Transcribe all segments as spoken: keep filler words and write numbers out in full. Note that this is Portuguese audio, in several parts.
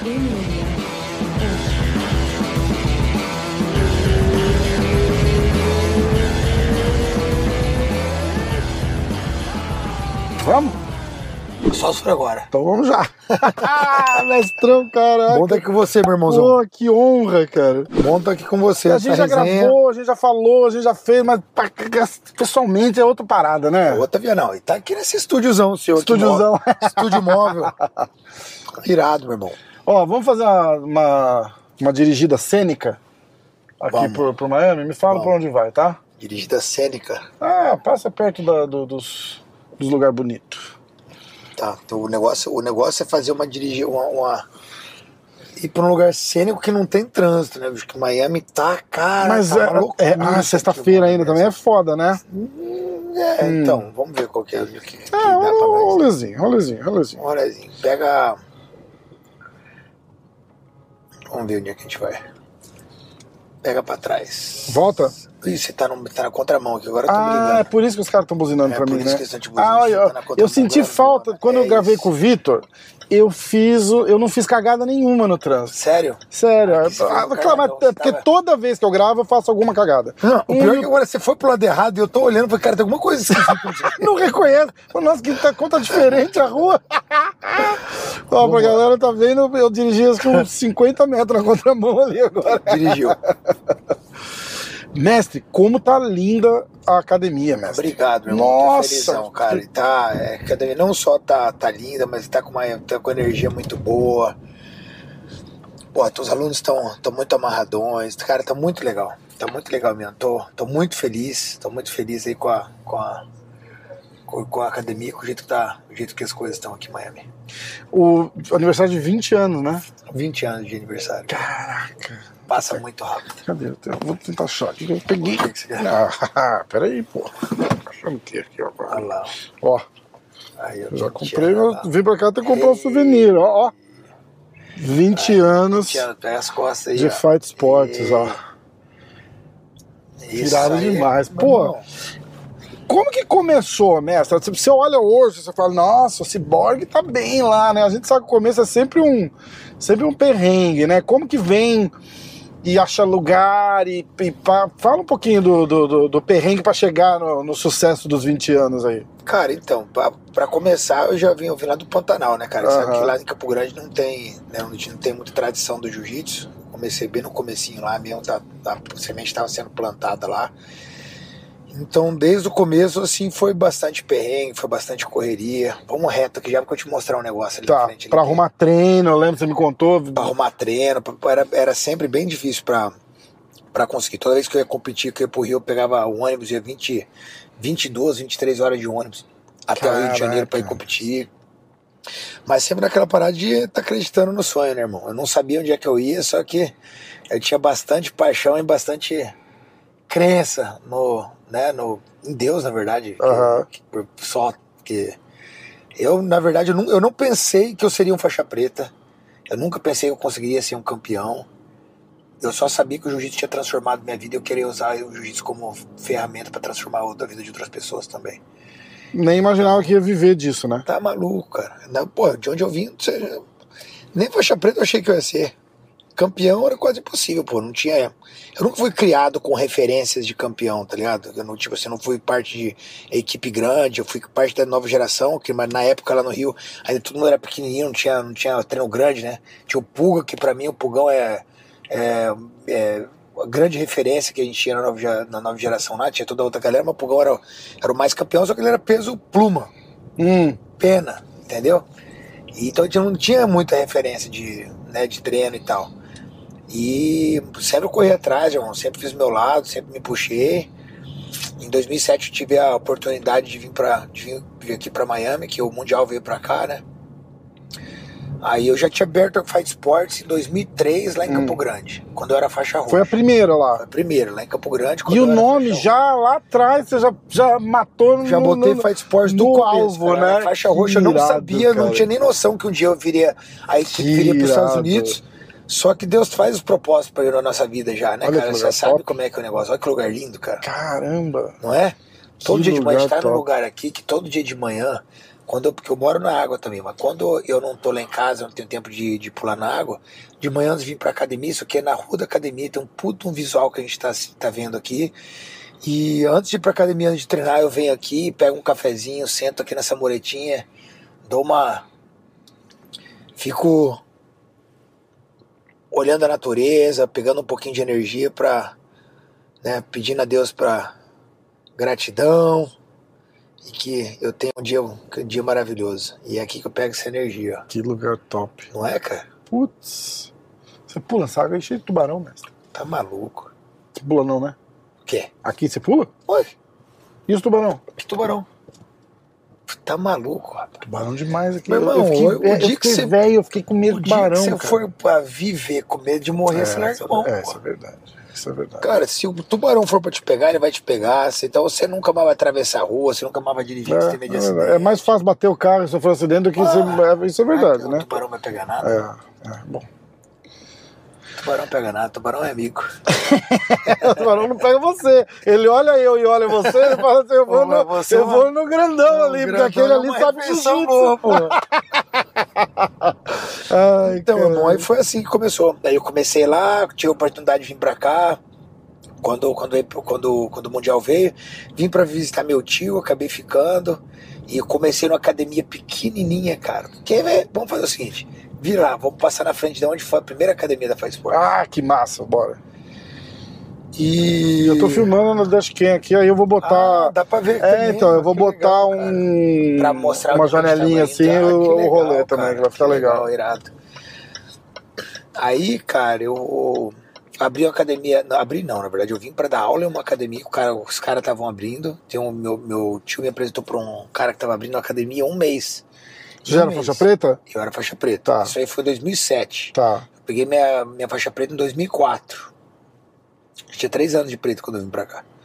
Vamos? Só por agora. Então vamos já. Mestrão, caraca. Bom estar aqui com você, meu irmãozão. Pô, que honra, cara. Bom estar aqui com você. A gente já resenha. gravou, a gente já falou, a gente já fez, mas pessoalmente é outra parada, né? É outra via não. E tá aqui nesse estúdiozão, senhor. Estúdiozão. Estúdio móvel. Irado, meu irmão. Ó, vamos fazer uma, uma, uma dirigida cênica aqui pro, pro Miami? Me fala pra onde vai, tá? Dirigida cênica? Ah, passa perto da, do, dos, dos lugares bonitos. Tá, então o negócio, o negócio é fazer uma dirigir uma, uma ir pra um lugar cênico que não tem trânsito, né? Porque Miami tá, cara. Mas tá é, é ah, sexta-feira ainda também é foda, né? É, hum. Então, vamos ver qual que é. Que, que é, dá um pra rolezinho, rolezinho, rolezinho. Um rolezinho. Pega. Vamos ver onde é que a gente vai. Pega pra trás. Volta? Ih, você tá, no, tá na contramão aqui, agora eu tô ah, brigando. É por isso que os caras estão buzinando é, pra mim, né? Que buzinando, ah, eu, tá eu senti falta, agora, quando é eu gravei isso. com o Vitor, eu fiz, eu não fiz cagada nenhuma no trânsito. Sério? Sério. Ah, ah, claro, mas é porque tava... toda vez que eu gravo eu faço alguma cagada. Não, o pior um, é que agora você foi pro lado errado e eu tô olhando e falei, cara, tem alguma coisa esquisita. Não reconhece. Nossa, que tá, conta diferente a rua. Ó, pra galera tá vendo, eu dirigi com uns cinquenta metros na contramão ali agora. Dirigiu. Mestre, como tá linda a academia, mestre. Obrigado, meu irmão. Nossa, tô felizão, cara. E tá, é, a academia não só tá, tá linda, mas tá com, uma, tá com energia muito boa. Pô, os alunos estão muito amarradões. Cara, tá muito legal. Tá muito legal mesmo. Tô, tô muito feliz. Tô muito feliz aí com a, com a, com, com a academia, com o jeito que tá, o jeito que as coisas estão aqui em Miami. O aniversário de vinte anos, né? vinte anos de aniversário. Caraca. Passa muito rápido. Cadê? Eu vou tentar achar aqui. Eu peguei. O que você quer? Ah, peraí, pô. Achando que aqui, ó. Olha lá. Ó. Aí eu já comprei, eu vim pra cá até comprar um souvenir, ó. ó. vinte aí, anos vinte anos, pega as costas aí, de ó. Fight Sports, e... ó. Tirado demais. Pô, irmão. Como que começou, mestre? Você olha hoje, você fala, nossa, o Cyborg tá bem lá, né? A gente sabe que o começo é sempre um, sempre um perrengue, né? Como que vem e acha lugar e, e pa... fala um pouquinho do, do, do, do perrengue pra chegar no, no sucesso dos vinte anos aí. Cara, então, pra, pra começar, eu já vim, eu vim lá do Pantanal, né, cara? Uhum. Sabe que lá em Campo Grande não tem, né, não tem muita tradição do jiu-jitsu. Comecei bem no comecinho lá mesmo, tá, a semente estava sendo plantada lá. Então, desde o começo, assim, foi bastante perrengue, foi bastante correria. Vamos reto aqui já, porque eu te mostrar um negócio ali tá, na frente. Pra ali, arrumar treino, eu lembro que você me contou. Pra arrumar treino, pra, era, era sempre bem difícil pra, pra conseguir. Toda vez que eu ia competir, que eu ia pro Rio, eu pegava o ônibus, ia vinte, vinte e duas, vinte e três horas de ônibus até Caraca. o Rio de Janeiro pra ir competir. Mas sempre naquela parada de estar tá acreditando no sonho, né, irmão? Eu não sabia onde é que eu ia, só que eu tinha bastante paixão e bastante crença no, né, no, em Deus, na verdade. Uhum. Que, que, só que eu, na verdade, eu não, eu não pensei que eu seria um faixa preta. Eu nunca pensei que eu conseguiria ser um campeão. Eu só sabia que o jiu-jitsu tinha transformado minha vida e eu queria usar o jiu-jitsu como ferramenta para transformar a vida de outras pessoas também. Nem imaginava que ia viver disso, né? Tá maluco, cara. Não, pô, de onde eu vim, seja, nem faixa preta eu achei que eu ia ser. Campeão era quase impossível, pô. Não tinha. Eu nunca fui criado com referências de campeão, tá ligado? Eu não, tipo assim, eu não fui parte de equipe grande, eu fui parte da nova geração, que, mas na época lá no Rio, ainda todo mundo era pequenininho, não tinha, não tinha treino grande, né? Tinha o Pulga, que pra mim o Pulgão é, é, é a grande referência que a gente tinha na nova, na nova geração lá, tinha toda a outra galera, mas o Pulgão era, era o mais campeão, só que ele era peso pluma. Hum. Pena, entendeu? E, então a gente não tinha muita referência de, né, de treino e tal. E sempre corri atrás, irmão, sempre fiz meu lado, sempre me puxei. Em dois mil e sete eu tive a oportunidade de vir, pra, de vir, vir aqui pra Miami, que o Mundial veio pra cá, né? Aí eu já tinha aberto a Fight Sports em dois mil e três lá em hum. Campo Grande, quando eu era faixa roxa. Foi a primeira lá? Foi a primeira, lá em Campo Grande. E o nome já lá atrás, você já, já matou no Já botei no, Fight Sports do no começo, alvo, cara. né? A faixa roxa eu não sabia, cara. Não tinha nem noção que um dia eu viria, a equipe viria para os Estados Unidos. Só que Deus faz os propósitos para ir na nossa vida já, né, Olha, cara? Você sabe top. Como é que é o negócio. Olha que lugar lindo, cara. Caramba! Não é? Todo que dia de manhã, a gente tá top. num lugar aqui que todo dia de manhã Quando eu, porque eu moro na água também, mas quando eu não tô lá em casa, eu não tenho tempo de, de pular na água, de manhã antes de vir pra academia, isso aqui é na rua da academia, tem um puto um visual que a gente tá, tá vendo aqui. E antes de ir pra academia, antes de treinar, eu venho aqui, pego um cafezinho, sento aqui nessa muretinha, dou uma... Fico olhando a natureza, pegando um pouquinho de energia pra... Né, pedindo a Deus pra gratidão e que eu tenha um dia, um dia maravilhoso. E é aqui que eu pego essa energia, ó. Que lugar top. Não é, cara? Putz. Você pula essa água aí cheia de tubarão, mestre. Tá maluco. Você pula não, né? O quê? Aqui você pula? Oi, E os tubarão? que tubarão. Tá maluco, rapaz. Tubarão demais aqui. Meu irmão, eu fiquei, o- o eu dia fiquei que você- velho, eu fiquei com medo O de dia tubarão, que você cara. for pra viver com medo de morrer, É, você larga essa, a mão, é, pô. isso é verdade. Isso é verdade. Cara, se o tubarão for pra te pegar, ele vai te pegar. se- Então você nunca mais vai atravessar a rua, você nunca mais vai dirigir, você tem medo de É, é, acidente. verdade. É mais fácil bater o carro e sofrer um acidente do que Ah, você, é, isso é verdade, O né? tubarão vai pegar nada. É, é, bom. Tubarão pega nada, tubarão é amigo. O tubarão não pega você. Ele olha eu e olha você e fala assim: eu vou, Pô, mas no, você eu é uma- vou no grandão Não, ali, porque grandão aquele é ali uma sabe refeição jiu-jitsu. boa, pô. Ai, Então, cara. irmão, aí foi assim que começou. Aí eu comecei lá, tive a oportunidade de vir pra cá. Quando, quando, quando, quando o Mundial veio, vim pra visitar meu tio, acabei ficando. E eu comecei numa academia pequenininha, cara. Porque, velho, vamos fazer o seguinte: vira lá, vamos passar na frente de onde foi a primeira academia da Faz Sport. Ah, que massa, bora. E Eu tô filmando no Dashcam aqui, aí eu vou botar. Ah, dá pra ver É, também, então, eu mas vou que botar legal, cara. um. Pra mostrar uma o tamanho janelinha do assim, tamanho. Ah, o, que o legal, rolê também, cara, que vai ficar que legal. Irado. Aí, cara, eu abri uma academia. Não, abri não, na verdade, eu vim pra dar aula em uma academia que o cara, os caras estavam abrindo. Tem um, meu, meu tio me apresentou pra um cara que tava abrindo uma academia há um mês. Já era Um mês. faixa preta? Eu era faixa preta. Tá. Isso aí foi em dois mil e sete. Tá. Eu peguei minha, minha faixa preta em dois mil e quatro. Eu tinha três anos de preto quando eu vim pra cá.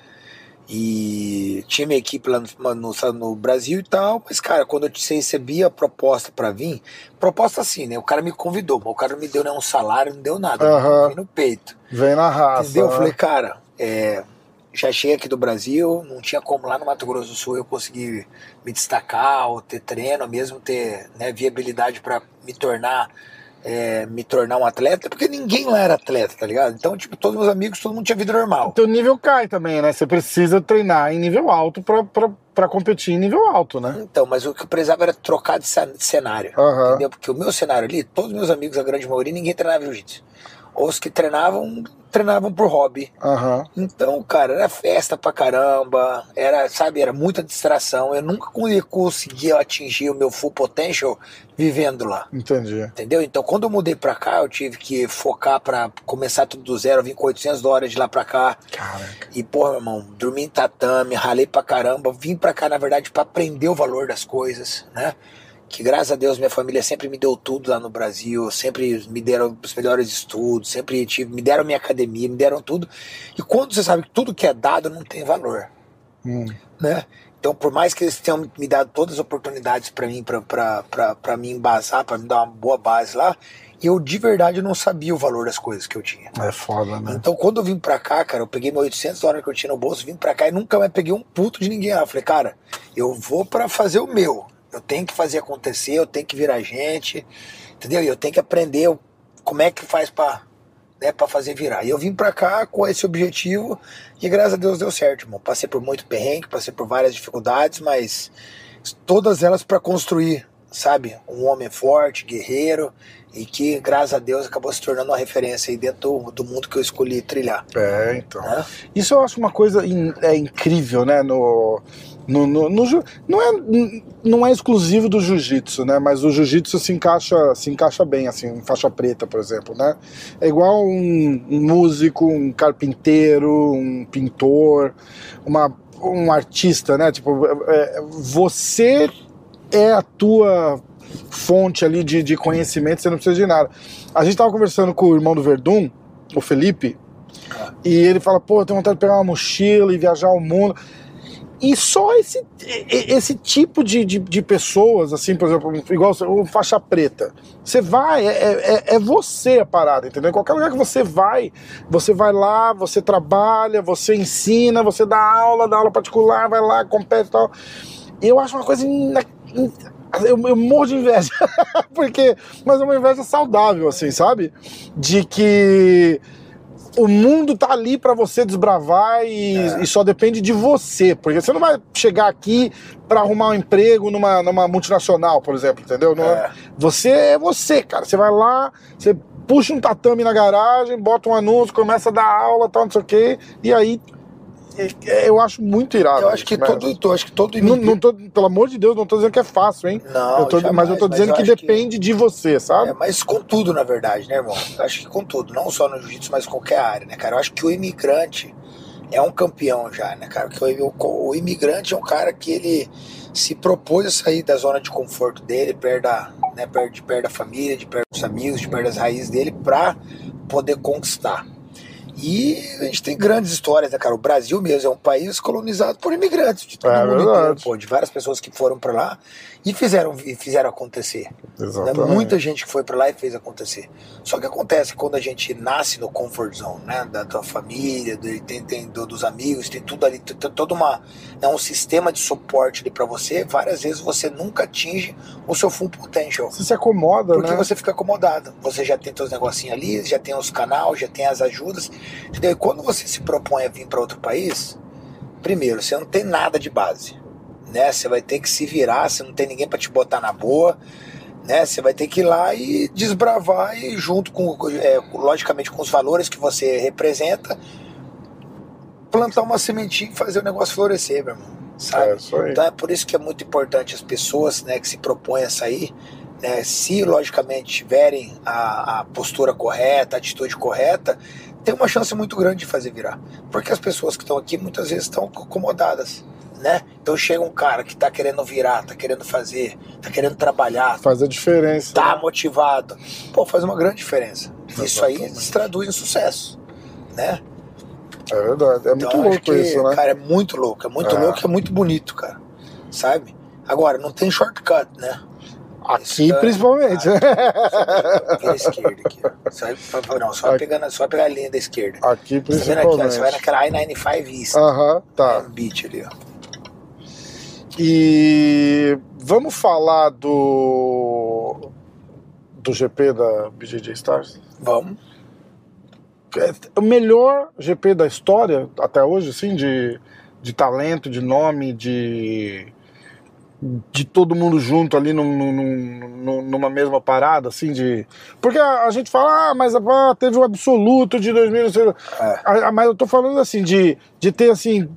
E tinha minha equipe lá no, no, no Brasil e tal, mas, cara, quando eu recebi a proposta pra vir, proposta assim, né? O cara me convidou, mas o cara não me deu nenhum salário, não deu nada, Aham. eu vim no peito. Vem na raça. Entendeu? Eu né? falei, cara, é, já cheguei aqui do Brasil, não tinha como lá no Mato Grosso do Sul eu conseguir me destacar, ou ter treino, mesmo ter, né, viabilidade pra me tornar. É, me tornar um atleta, porque ninguém lá era atleta, tá ligado? Então, tipo, todos meus amigos, todo mundo tinha vida normal. Teu nível cai também, né? Você precisa treinar em nível alto pra, pra, pra competir em nível alto, né? Então, mas o que eu precisava era trocar de cen- de cenário, Aham. entendeu? Porque o meu cenário ali, todos os meus amigos, a grande maioria, ninguém treinava jiu-jitsu. Ou os que treinavam, treinavam por hobby. Aham. Então, cara, era festa pra caramba, era, sabe, era muita distração. Eu nunca conseguia atingir o meu full potential vivendo lá. Entendi. Entendeu? Então, quando eu mudei pra cá, eu tive que focar pra começar tudo do zero. Eu vim com oitocentos dólares de lá pra cá. Caraca. E, porra, meu irmão, dormi em tatame, ralei pra caramba. Vim pra cá, na verdade, pra aprender o valor das coisas, né? Que, graças a Deus, minha família sempre me deu tudo lá no Brasil. Sempre me deram os melhores estudos. Sempre tive, me deram minha academia, me deram tudo. E quando você sabe que tudo que é dado não tem valor, Hum. né? Então, por mais que eles tenham me dado todas as oportunidades pra mim, pra, pra, pra, pra me embasar, pra me dar uma boa base lá, eu de verdade não sabia o valor das coisas que eu tinha. É foda, né? Então, quando eu vim pra cá, cara, eu peguei meus oitocentos dólares que eu tinha no bolso, vim pra cá e nunca mais peguei um puto de ninguém lá. Eu falei, cara, eu vou pra fazer o meu. Eu tenho que fazer acontecer, eu tenho que virar gente, entendeu? E eu tenho que aprender como é que faz pra, né, pra fazer virar. E eu vim pra cá com esse objetivo e graças a Deus deu certo, irmão. Passei por muito perrengue, passei por várias dificuldades, mas todas elas pra construir, sabe? Um homem forte, guerreiro e que, graças a Deus, acabou se tornando uma referência aí dentro do, do mundo que eu escolhi trilhar. É, então. Né? Isso eu acho uma coisa in, é, incrível, né? No, no, no, no ju- não, é, não é exclusivo do jiu-jitsu, né? Mas o jiu-jitsu se encaixa, se encaixa bem, assim, em faixa preta, por exemplo, né? É igual um, um músico, um carpinteiro, um pintor, uma, um artista, né? Tipo, é, você é a tua fonte ali de, de conhecimento, você não precisa de nada. A gente tava conversando com o irmão do Verdun, o Felipe, e ele fala, pô, eu tenho vontade de pegar uma mochila e viajar o mundo. E só esse, esse tipo de, de, de pessoas, assim, por exemplo, igual o faixa preta, você vai, é, é, é você a parada, entendeu? Em qualquer lugar que você vai, você vai lá, você trabalha, você ensina, você dá aula, dá aula particular, vai lá, compete e tal. Eu acho uma coisa Eu, eu morro de inveja, porque, mas é uma inveja saudável, assim, sabe? De que o mundo tá ali pra você desbravar e, é. e só depende de você, porque você não vai chegar aqui pra arrumar um emprego numa, numa multinacional, por exemplo, entendeu? Não é. Você é você, cara. Você vai lá, você puxa um tatame na garagem, bota um anúncio, começa a dar aula, tal, não sei o quê, e aí eu acho muito irado. Eu acho que todo, eu acho que todo não, não tô, pelo amor de Deus, não tô dizendo que é fácil, hein? Não, eu tô, jamais, mas eu tô dizendo que depende que... de você, sabe? É, mas com tudo, na verdade, né, irmão? Eu acho que com tudo, não só no jiu-jitsu, mas qualquer área, né, cara? Eu acho que o imigrante é um campeão já, né, cara? Porque o, o, o imigrante é um cara que ele se propôs a sair da zona de conforto dele, perto da, né, perto, de perto da família, de perto dos amigos, de perto das raízes dele, pra poder conquistar. E a gente tem grandes histórias, né, cara? O Brasil mesmo é um país colonizado por imigrantes de todo é mundo verdade. inteiro, pô, de várias pessoas que foram pra lá e fizeram, e fizeram acontecer. Exatamente. Né? Muita gente que foi pra lá e fez acontecer. Só que acontece quando a gente nasce no comfort zone, né? Da tua família, do, tem, tem do, dos amigos, tem tudo ali, tem todo uma, né, um sistema de suporte ali pra você. Várias vezes você nunca atinge o seu full potential. Você se acomoda, porque né? Porque você fica acomodado. Você já tem teus negocinhos ali, já tem os canais, já tem as ajudas. Entendeu? E quando você se propõe a vir para outro país, primeiro, você não tem nada de base, né? Você vai ter que se virar, você não tem ninguém para te botar na boa, né? Você vai ter que ir lá e desbravar e junto com, é, logicamente, com os valores que você representa, plantar uma sementinha e fazer o negócio florescer, meu irmão, sabe? É isso aí. Então é por isso que é muito importante as pessoas, né, que se propõem a sair, né, se logicamente tiverem a, a postura correta, a atitude correta, tem uma chance muito grande de fazer virar. Porque as pessoas que estão aqui muitas vezes estão acomodadas, né? Então chega um cara que tá querendo virar, tá querendo fazer, tá querendo trabalhar, faz a diferença, tá né? motivado, pô, faz uma grande diferença. Isso aí se traduz em sucesso, né? É verdade, é então, muito louco que, isso, né? Cara, é muito louco, é muito é. louco, é muito bonito, cara, sabe? Agora, não tem shortcut, né? Aqui, é, principalmente. Aqui, vira a esquerda aqui. Só, não, só, aqui. Pegando, só pegar a linha da esquerda. Aqui, principalmente. Você, aqui, ó, você vai naquela I noventa e cinco East. Aham, uh-huh, tá. Um beat ali, ó. E vamos falar do do G P da B J J Stars? Vamos. É o melhor G P da história até hoje, assim, de, de talento, de nome, de... de todo mundo junto ali num, num, numa mesma parada, assim, de... Porque a, a gente fala, ah, mas ah, teve o absoluto de dois mil, não sei... É. A, a, mas eu tô falando, assim, de, de ter, assim,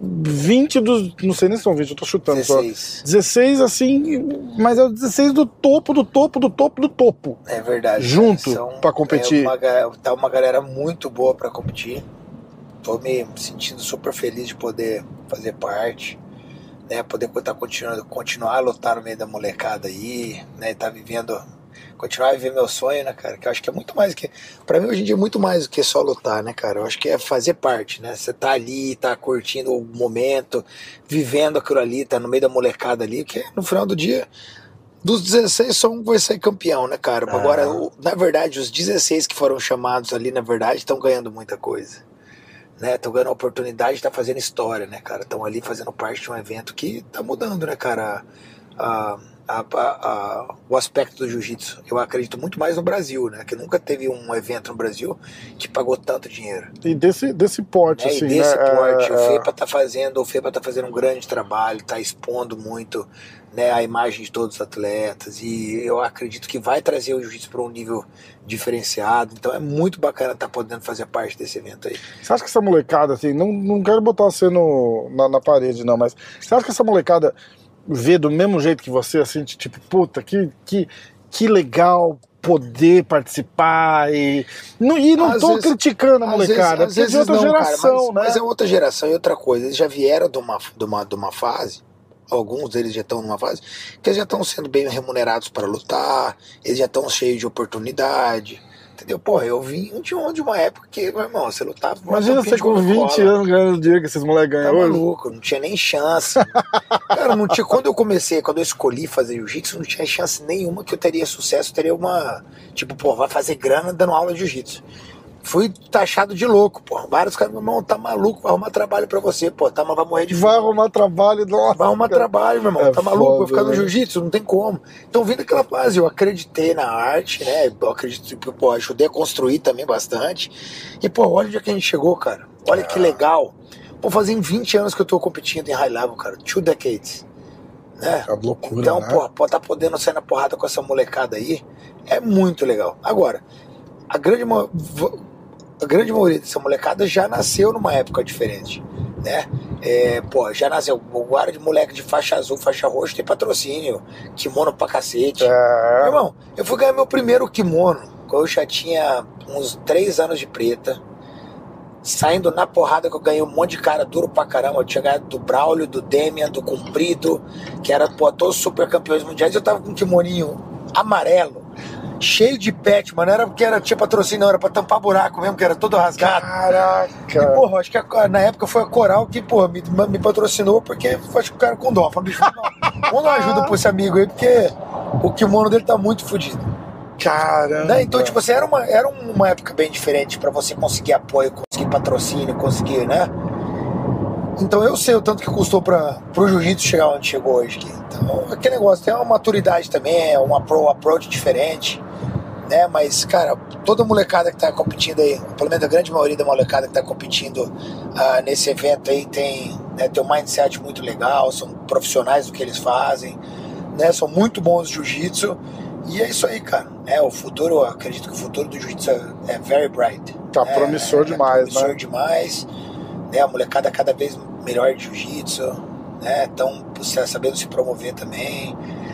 vinte dos... Não sei nem se são vinte, eu tô chutando dezesseis. Só. dezesseis, assim, mas é o dezesseis do topo, do topo, do topo, do topo. É verdade. Junto, são, pra competir. É uma, tá uma galera muito boa pra competir. Tô me sentindo super feliz de poder fazer parte. Né, poder tá continuando, continuar a lutar no meio da molecada aí, né, tá vivendo, continuar a viver meu sonho, né, cara, que eu acho que é muito mais que, pra mim hoje em dia é muito mais do que só lutar, né, cara, eu acho que é fazer parte, né, você tá ali, tá curtindo o momento, vivendo aquilo ali, tá no meio da molecada ali, que no final do dia, dos dezesseis só um vai sair campeão, né, cara, ah. Agora, o, na verdade, os dezesseis que foram chamados ali, na verdade, estão ganhando muita coisa. Né, estão ganhando a oportunidade de estar tá fazendo história, né, cara, estão ali fazendo parte de um evento que tá mudando, né, cara, a, a, a, a, o aspecto do jiu-jitsu. Eu acredito muito mais no Brasil, né, que nunca teve um evento no Brasil que pagou tanto dinheiro. E desse, desse porte, né, assim, e desse né, porte, é, o FEPA tá fazendo, o FEPA tá fazendo um grande trabalho, tá expondo muito, né, a imagem de todos os atletas, e eu acredito que vai trazer o jiu-jitsu para um nível diferenciado, então é muito bacana estar tá podendo fazer parte desse evento aí. Você acha que essa molecada, assim, não, não quero botar você no, na, na parede não, mas você acha que essa molecada vê do mesmo jeito que você, assim, tipo, puta, que, que, que legal poder participar e não, e não às tô vezes, criticando a molecada, às vezes, às vezes é de outra não, geração, cara, mas, né? Mas é outra geração e outra coisa, eles já vieram de uma, de uma, de uma fase, alguns deles já estão numa fase que eles já estão sendo bem remunerados para lutar, eles já estão cheios de oportunidade, entendeu? Porra, eu vim de, um, de uma época que, meu irmão, você lutava... Imagina você com vinte anos ganhando o dia que esses moleques ganham tá hoje. Maluco, não tinha nem chance. Cara, não tinha, quando eu comecei, quando eu escolhi fazer jiu-jitsu, não tinha chance nenhuma que eu teria sucesso, teria uma... Tipo, pô, vai fazer grana dando aula de jiu-jitsu. Fui taxado de louco, pô. Vários caras, meu irmão, tá maluco, vai arrumar trabalho pra você, pô. Tá, mas vai morrer de fome. Vai arrumar trabalho, nossa. Vai arrumar trabalho, meu irmão. É tá maluco, foda, vai ficar no né? jiu-jitsu, não tem como. Então, vindo daquela fase, eu acreditei na arte, né? Eu acredito que, pô, ajudei a construir também bastante. E, pô, olha onde é que a gente chegou, cara. Olha que legal. Pô, fazem vinte anos que eu tô competindo em high level, cara. Two decades. Né? É loucura, então, né? pô, pô, tá podendo sair na porrada com essa molecada aí é muito legal. Agora, a grande, a grande maioria dessa molecada já nasceu numa época diferente, né? É, pô, já nasceu. O guarda de moleque de faixa azul, faixa roxa tem patrocínio, kimono pra cacete. É. Meu irmão, eu fui ganhar meu primeiro kimono quando eu já tinha uns três anos de preta. Saindo na porrada que eu ganhei um monte de cara duro pra caramba. Eu tinha ganhado do Braulio, do Demian, do Comprido, que era, pô, todos super campeões mundiais. Eu tava com um kimoninho amarelo, cheio de pet, mano. Não era porque era, tinha patrocínio, não, era pra tampar buraco mesmo, que era todo rasgado. Caraca! E, porra, acho que a, na época foi a Coral que, porra, me, me patrocinou, porque acho que o cara com dó. Falei, bicho, não, vamos dar uma ajuda pra esse amigo aí, porque o kimono dele tá muito fodido. Caramba! Né? Então, tipo assim, era uma, era uma época bem diferente pra você conseguir apoio, conseguir patrocínio, conseguir, né? Então eu sei o tanto que custou para pro jiu-jitsu chegar onde chegou hoje aqui. Então, aquele negócio tem uma maturidade também, é um approach diferente, né? Mas, cara, toda molecada que tá competindo aí, pelo menos a grande maioria da molecada que tá competindo uh, nesse evento aí tem, né, tem um mindset muito legal, são profissionais do que eles fazem, né? São muito bons no jiu-jitsu. E é isso aí, cara. É, o futuro, eu acredito que o futuro do jiu-jitsu é, é very bright. Tá é, promissor é, demais, é promissor né? demais. Né? A molecada cada vez melhor de jiu-jitsu, né? Estão sabendo se promover também.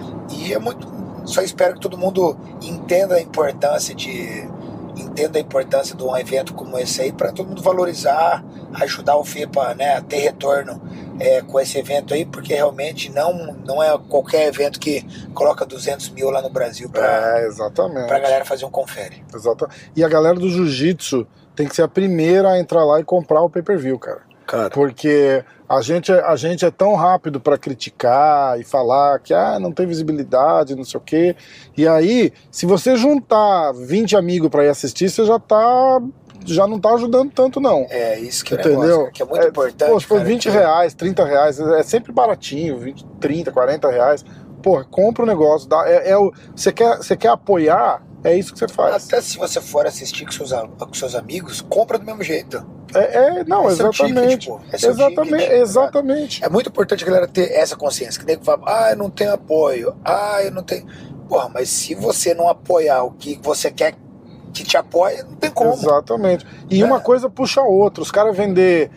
E é muito. Só espero que todo mundo entenda a importância de. Entenda a importância de um evento como esse aí, para todo mundo valorizar, ajudar o FIPA, né, a ter retorno é, com esse evento aí, porque realmente não, não é qualquer evento que coloca duzentos mil lá no Brasil para É, exatamente. pra galera fazer um confere. Exato. E a galera do jiu-jitsu tem que ser a primeira a entrar lá e comprar o pay-per-view, cara. Cara. Porque a gente, é- a gente é tão rápido pra criticar e falar que ah, não tem visibilidade, não sei o quê. E aí, se você juntar vinte amigos pra ir assistir, você já tá. Já não tá ajudando tanto, não. É isso que é o Entendeu? negócio, que é muito É, importante. Pô, se for cara, vinte que- reais, trinta reais, é sempre baratinho, vinte, trinta, quarenta reais. Porra, compra o negócio. Dá, é, é o, você, quer, você quer apoiar, é isso que você faz. Até se você for assistir com seus, a- com seus amigos, compra do mesmo jeito. É, é, não, É seu exatamente. ticket, pô. É seu exatamente, ticket, tá exatamente. É muito importante a galera ter essa consciência. Que nego fala, ah, eu não tenho apoio. Ah, eu não tenho. Porra, mas se você não apoiar o que você quer que te apoie, não tem como. Exatamente. E É. uma coisa puxa a outra. Os caras vender,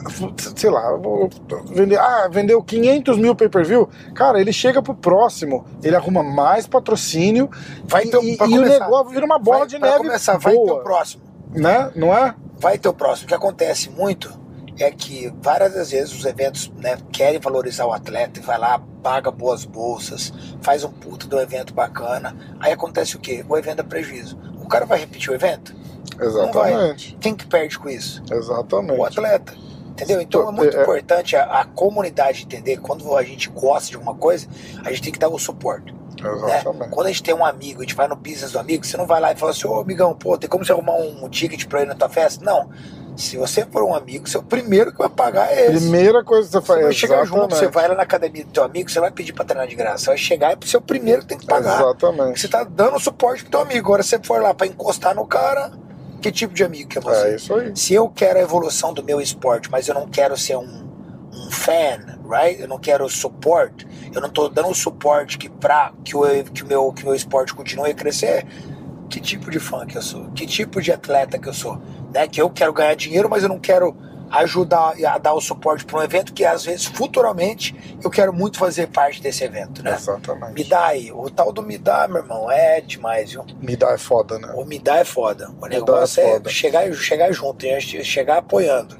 sei lá, vou vender, ah, vendeu quinhentos mil pay-per-view. Cara, ele chega pro próximo, ele arruma mais patrocínio Vai e, ter, e, pra e o começar, negócio vira uma bola vai, de pra neve começar, vai ter o boa, próximo. né? Não é? Vai ter o próximo. O que acontece muito é que várias das vezes os eventos, né, querem valorizar o atleta e vai lá, paga boas bolsas, faz um puto do evento bacana. Aí acontece o quê? O evento dá prejuízo. O cara vai repetir o evento? Não vai. Exatamente. Quem que perde com isso? Exatamente. O atleta. Entendeu? Então é muito É- importante a, a comunidade entender que quando a gente gosta de alguma coisa, a gente tem que dar o suporte. Né? Exatamente. Quando a gente tem um amigo, a gente vai no business do amigo, você não vai lá e fala assim, ô amigão, pô, tem como você arrumar um, um ticket pra ir na tua festa? Não. Se você for um amigo, você é o primeiro que vai pagar é esse. Primeira coisa que você Você faz. vai chegar junto, exatamente. você vai lá na academia do teu amigo, você vai pedir pra treinar de graça. Você vai chegar e você é o primeiro que tem que pagar. Porque Exatamente. você tá dando suporte pro teu amigo. Agora, se você for lá pra encostar no cara, que tipo de amigo que é você? É isso aí. Se eu quero a evolução do meu esporte, mas eu não quero ser um, um fan, right? Eu não quero suporte, eu não tô dando o suporte que pra que o, que o, meu, que o meu esporte continue a crescer, que tipo de fã que eu sou? Que tipo de atleta que eu sou? Né? Que eu quero ganhar dinheiro, mas eu não quero ajudar a dar o suporte para um evento que às vezes, futuramente, eu quero muito fazer parte desse evento, né? Exatamente. Me dá aí. O tal do me dá, meu irmão, é demais, viu? Me dá é foda, né? O me dá é foda. O dá negócio é é, foda. chegar, chegar junto, hein? chegar apoiando.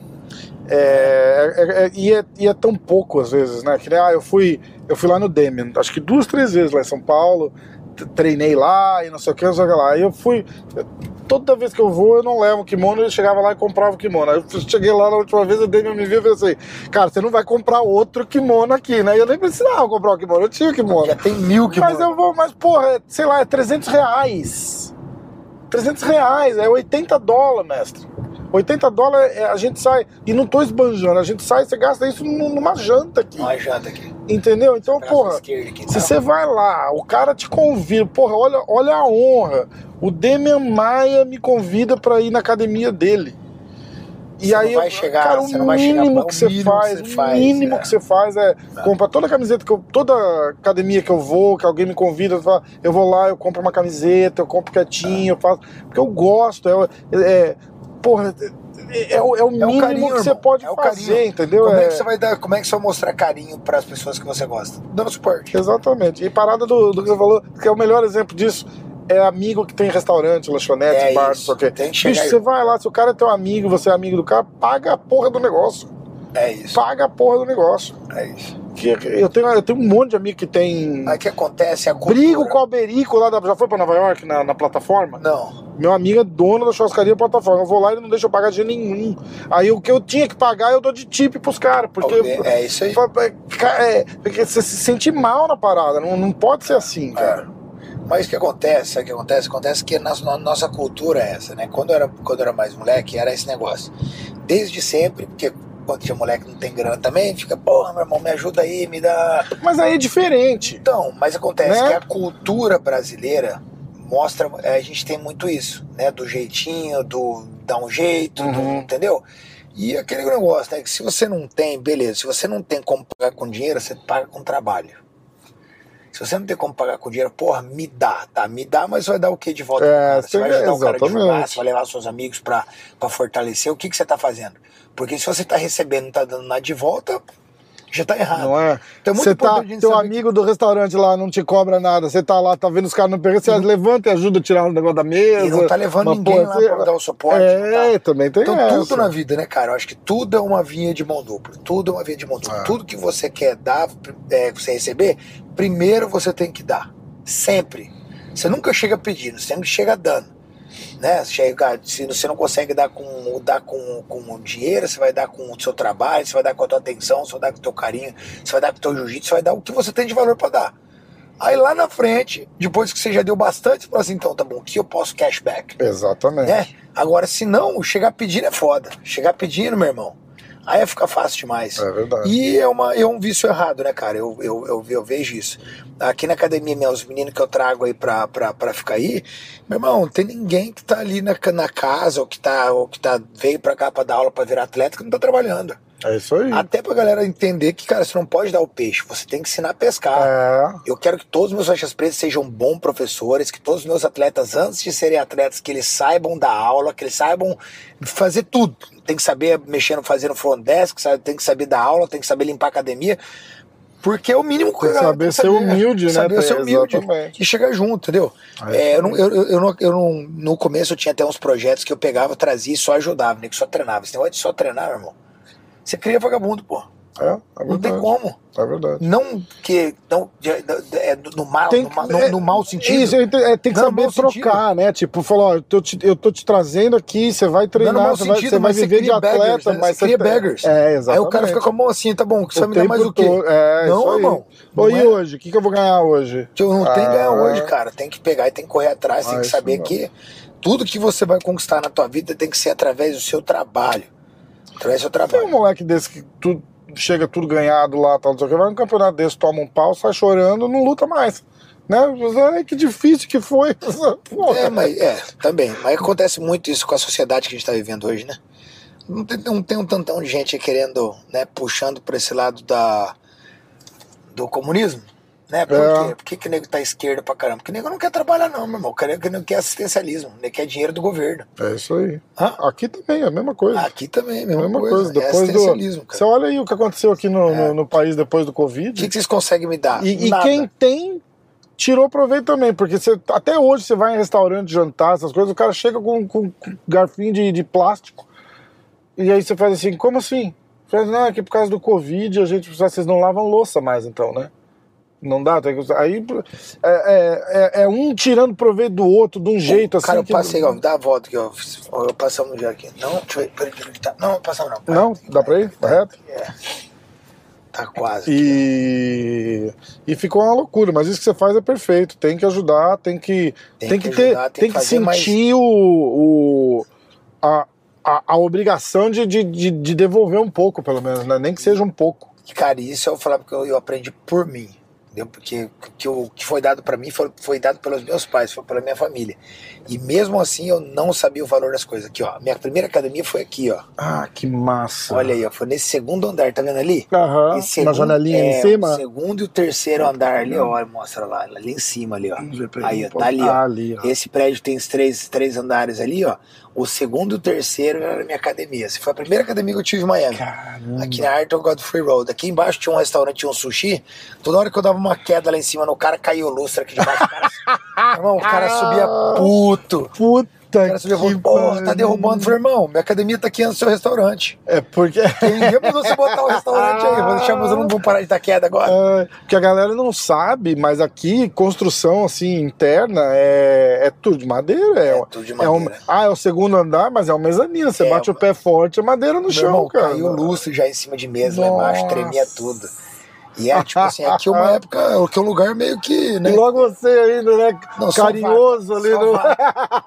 É, é, é, e, é, e é tão pouco às vezes, né? Que nem, ah, eu fui, eu fui lá no Demian, acho que duas, três vezes lá em São Paulo, t- treinei lá e não sei o que, não sei o que lá. Aí eu fui, toda vez que eu vou, eu não levo o kimono, eu chegava lá e comprava o kimono. Aí eu cheguei lá na última vez, o Demian me viu e falou assim: cara, você não vai comprar outro kimono aqui, né? E eu nem precisava comprar o kimono, eu tinha o kimono. Já tem mil que Mas eu vou, mas porra, é, sei lá, é trezentos reais. trezentos reais, é oitenta dólares, mestre. oitenta dólares é, a gente sai, e não tô esbanjando, a gente sai, você gasta isso numa janta aqui. Uma janta aqui. Entendeu? Então, porra, aqui, se você vai lá, o cara te convida, porra, olha, olha a honra. O Demian Maia me convida pra ir na academia dele. E você aí, não vai chegar, cara, você o não vai chegar, mínimo que você faz, o mínimo é. que você faz é não. comprar toda a camiseta, que eu, toda academia que eu vou, que alguém me convida, eu vou lá, eu compro uma camiseta, eu compro quietinho, eu faço, porque eu gosto, é, é porra, é, é, o, é o mínimo é o carinho, que você irmão. pode é fazer, carinho. entendeu? Como é... é que você vai dar, como é que você vai mostrar carinho para as pessoas que você gosta? Dando suporte. Exatamente. E parada do, do que você falou, que é o melhor exemplo disso, é amigo que tem restaurante, lanchonete, é bar, isso. não sei o quê. Tem que Bicho, você vai lá, se o cara é teu amigo, você é amigo do cara, paga a porra do negócio. É isso. Paga a porra do negócio. É isso. Que, eu, tenho, eu tenho um monte de amigo que tem... Aí que acontece a cultura... Brigo com o Alberico lá, da, já foi pra Nova York, na, na plataforma? Não. Meu amigo é dono da churrascaria plataforma. Eu vou lá e ele não deixa eu pagar dinheiro nenhum. Aí o que eu tinha que pagar, eu dou de tip pros caras. Porque é isso aí. É, porque você se sente mal na parada. Não, não pode ser assim, cara. É. Mas o que acontece, sabe o que acontece? Acontece que a nossa, nossa cultura é essa, né? Quando eu, era, quando eu era mais moleque, era esse negócio. Desde sempre, porque quando tinha moleque que não tem grana também, fica, porra, meu irmão, me ajuda aí, me dá... Mas aí é diferente. Então, mas acontece né? que a cultura brasileira mostra, a gente tem muito isso, né? Do jeitinho, do dar um jeito, uhum. do, entendeu? E aquele negócio, né? Que se você não tem, beleza, se você não tem como pagar com dinheiro, você paga com trabalho. Se você não tem como pagar com dinheiro, porra, me dá, tá? Me dá, mas vai dar o que de volta? É, você vai ajudar é, o cara a divulgar, você vai levar seus amigos pra, pra fortalecer. O que, que você tá fazendo? Porque se você tá recebendo e não tá dando nada de volta, já tá errado. Não é? Então é muito você tá, teu saber... amigo do restaurante lá não te cobra nada, você tá lá, tá vendo os caras no perrengue, você não... levanta e ajuda a tirar o um negócio da mesa. E não tá levando ninguém porra, lá você... pra dar o suporte. É, tá? também tem Então essa. tudo na vida, né, cara? Eu acho que tudo é uma via de mão dupla. Tudo é uma via de mão dupla. Ah. Tudo que você quer dar, é, você receber, primeiro você tem que dar. Sempre. Você nunca chega pedindo, você sempre chega dando. Né? Chega, se você não consegue dar com, dar com, com dinheiro, você vai dar com o seu trabalho, você vai dar com a tua atenção, você vai dar com o teu carinho, você vai dar com o teu jiu-jitsu, você vai dar o que você tem de valor para dar. Aí lá na frente, depois que você já deu bastante, você fala assim, então tá bom, aqui eu posso cashback. Exatamente. Né? Agora, se não, chegar pedindo é foda. Chegar pedindo, meu irmão, aí fica fácil demais. É verdade. E é, uma, é um vício errado, né, cara? Eu, eu, eu, eu vejo isso. Aqui na academia, né, os meninos que eu trago aí pra, pra, pra ficar aí, meu irmão, não tem ninguém que tá ali na, na casa ou que, tá, ou que tá, veio pra cá pra dar aula pra virar atleta que não tá trabalhando. É isso aí. Até pra galera entender que, cara, você não pode dar o peixe, você tem que ensinar a pescar. É. Eu quero que todos os meus faixas pretas sejam bons professores, que todos os meus atletas, antes de serem atletas, que eles saibam dar aula, que eles saibam fazer tudo. Tem que saber mexer no fazendo front desk, tem que saber dar aula, tem que saber limpar a academia. Porque é o mínimo que tem que saber, tem que saber ser humilde, né? Saber ser humilde exatamente. E chegar junto, entendeu? É, eu, não, eu, eu, não, eu não, no começo eu tinha até uns projetos que eu pegava, trazia e só ajudava, né? Que só treinava. Esse negócio de só treinar, meu irmão, você cria vagabundo, pô. É, é não tem como. É verdade. Não que não é no mal, tem, no, no, é, no mau sentido. Isso, é, tem que não, saber trocar, sentido. Né? Tipo, falou, ó, eu tô, te, eu tô te trazendo aqui, você vai treinar, você vai, você vai viver de atleta, beggars, né? mas você cria beggars. É, exatamente. Aí o cara fica com a mão assim, tá bom, você vai me dar mais o quê? To... É, não, irmão. Não e é... hoje? O que, que eu vou ganhar hoje? Eu não ah, tem que ganhar hoje, cara. Tem que pegar e tem que correr atrás, ah, tem que saber que tudo que você vai conquistar na tua vida tem que ser através do seu trabalho. Através do seu trabalho. Tem um moleque desse que tu chega tudo ganhado lá, tal, não sei o que, vai num campeonato desse, toma um pau, sai chorando, não luta mais. Né? Ai, que difícil que foi. Porra. É, mas é, também. Mas acontece muito isso com a sociedade que a gente está vivendo hoje, né? Não tem, não tem um tantão de gente querendo, né, puxando para esse lado da, do comunismo, né? Por é. quê? Por que, que o nego tá à esquerda pra caramba? Porque o nego não quer trabalhar, não, meu irmão. O nego não quer assistencialismo, o nego quer dinheiro do governo. É isso aí. Hã? Aqui também é a mesma coisa. Aqui também é a mesma, mesma coisa. coisa. Depois é assistencialismo, do... cara. Você olha aí o que aconteceu aqui no, é. no, no país depois do Covid. O que, que vocês conseguem me dar? E, e quem tem, tirou proveito também. Porque você, até hoje você vai em restaurante jantar, essas coisas, o cara chega com, com, com garfinho de, de plástico. E aí você faz assim, como assim? Você faz, não, é que por causa do Covid a gente, vocês não lavam louça mais então, né? Não dá, tem que, aí é, é, é um tirando proveito do outro de um jeito assim. Cara, eu que... passei, ó, dá a volta aqui, ó. Eu passamos no dia aqui. Não, deixa eu ver, peraí, peraí, tá. Não, passamos não. Não, dá pra ir? Tá reto? É. Tá quase. E, e ficou uma loucura, mas isso que você faz é perfeito. Tem que ajudar, tem que, tem Tem que, que ter, ajudar, tem tem que que fazer mais- sentir o, o, a, a, a obrigação de, de, de, de devolver um pouco, pelo menos, né? Nem que seja um pouco. E, cara, isso eu falava porque eu, eu aprendi por mim. Entendeu? Porque que o que foi dado pra mim foi, foi dado pelos meus pais, foi pela minha família. E mesmo assim eu não sabia o valor das coisas. Aqui, ó. Minha primeira academia foi aqui, ó. Ah, que massa. Olha aí, ó. Foi nesse segundo andar, tá vendo ali? Aham, Esse uma segundo- janelinha é, em cima. O segundo e o terceiro andar ali, ó. Mostra lá, ali em cima ali, ó. Vamos ver pra Aí, ele, ó, pode- tá ali, ó. Ah, ali, ó. Esse prédio tem os três, três andares ali, ó. O segundo e o terceiro era a minha academia. Essa foi a primeira academia que eu tive em Miami. Caramba. Aqui na Ayrton Godfrey Road. Aqui embaixo tinha um restaurante, tinha um sushi. Toda hora que eu dava uma queda lá em cima no cara, caiu o lustre aqui debaixo. O cara, irmão, o cara subia puto. Puta O cara subia que puto. Porra, tá pariu. derrubando. Eu falei, irmão, minha academia tá aqui antes do seu restaurante. É porque... Ninguém mandou você botar o restaurante aí. Vou deixar, mas eu não vou parar de dar queda agora. É, porque a galera não sabe, mas aqui construção assim interna é, é tudo de madeira. É, É tudo de é um- madeira. ah, é o segundo andar, mas é um mezanino. Você É, bate o pé forte, é madeira no Meu chão, irmão, cara. caiu o lustre já em cima de mesa lá embaixo, Nossa. tremia tudo. E é tipo assim, aqui é uma época, que é um lugar meio que, né? E logo você ainda, né? Não, só carinhoso vaca, ali só no. vaca.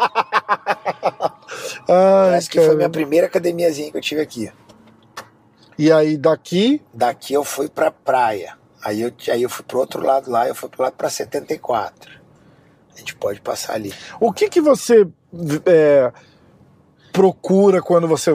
Ai, Essa que foi cara. minha primeira academiazinha que eu tive aqui. E aí daqui. Daqui eu fui pra praia. Aí eu, aí eu fui pro outro lado lá, eu fui pro lado pra setenta e quatro. A gente pode passar ali. O que que você é, procura quando você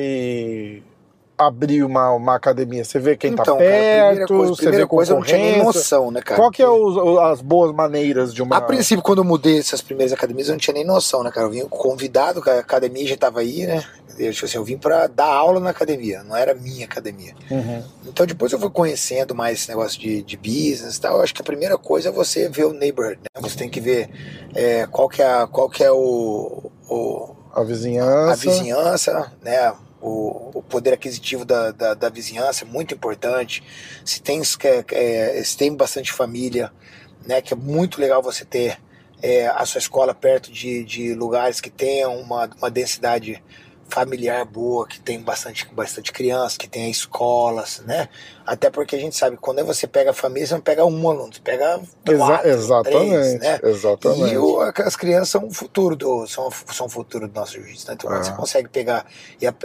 vai abrir uma, uma academia? Você vê quem Então, tá cara, a primeira perto, coisa, você primeira vê coisa eu não tinha nem concorrência. noção, né, cara? Qual que é Porque- os- as boas maneiras de uma... A princípio, quando eu mudei essas primeiras academias, eu não tinha nem noção, né, cara? Eu vim convidado, que a academia já tava aí, né? Eu, tipo assim, eu vim pra dar aula na academia, não era minha academia. Uhum. Então depois eu fui conhecendo mais esse negócio de, de business e tal. Eu acho que a primeira coisa é você ver o neighborhood, né? Você tem que ver é, qual que é, a- qual que é o, o- A vizinhança. a vizinhança, né? O, o poder aquisitivo da, da, da vizinhança é muito importante. Se tem, é, é, se tem bastante família, né? Que é muito legal você ter é, a sua escola perto de, de lugares que tenham uma, uma densidade familiar boa, que tem bastante, bastante criança, que tem escolas, né? Até porque a gente sabe que quando você pega a família, você não pega um aluno, você pega Exa- quatro, exatamente, três, né? exatamente. E o, as crianças são o futuro do, são, são o futuro do nosso jiu-jitsu, né? Então quando Ah. você consegue pegar e, e,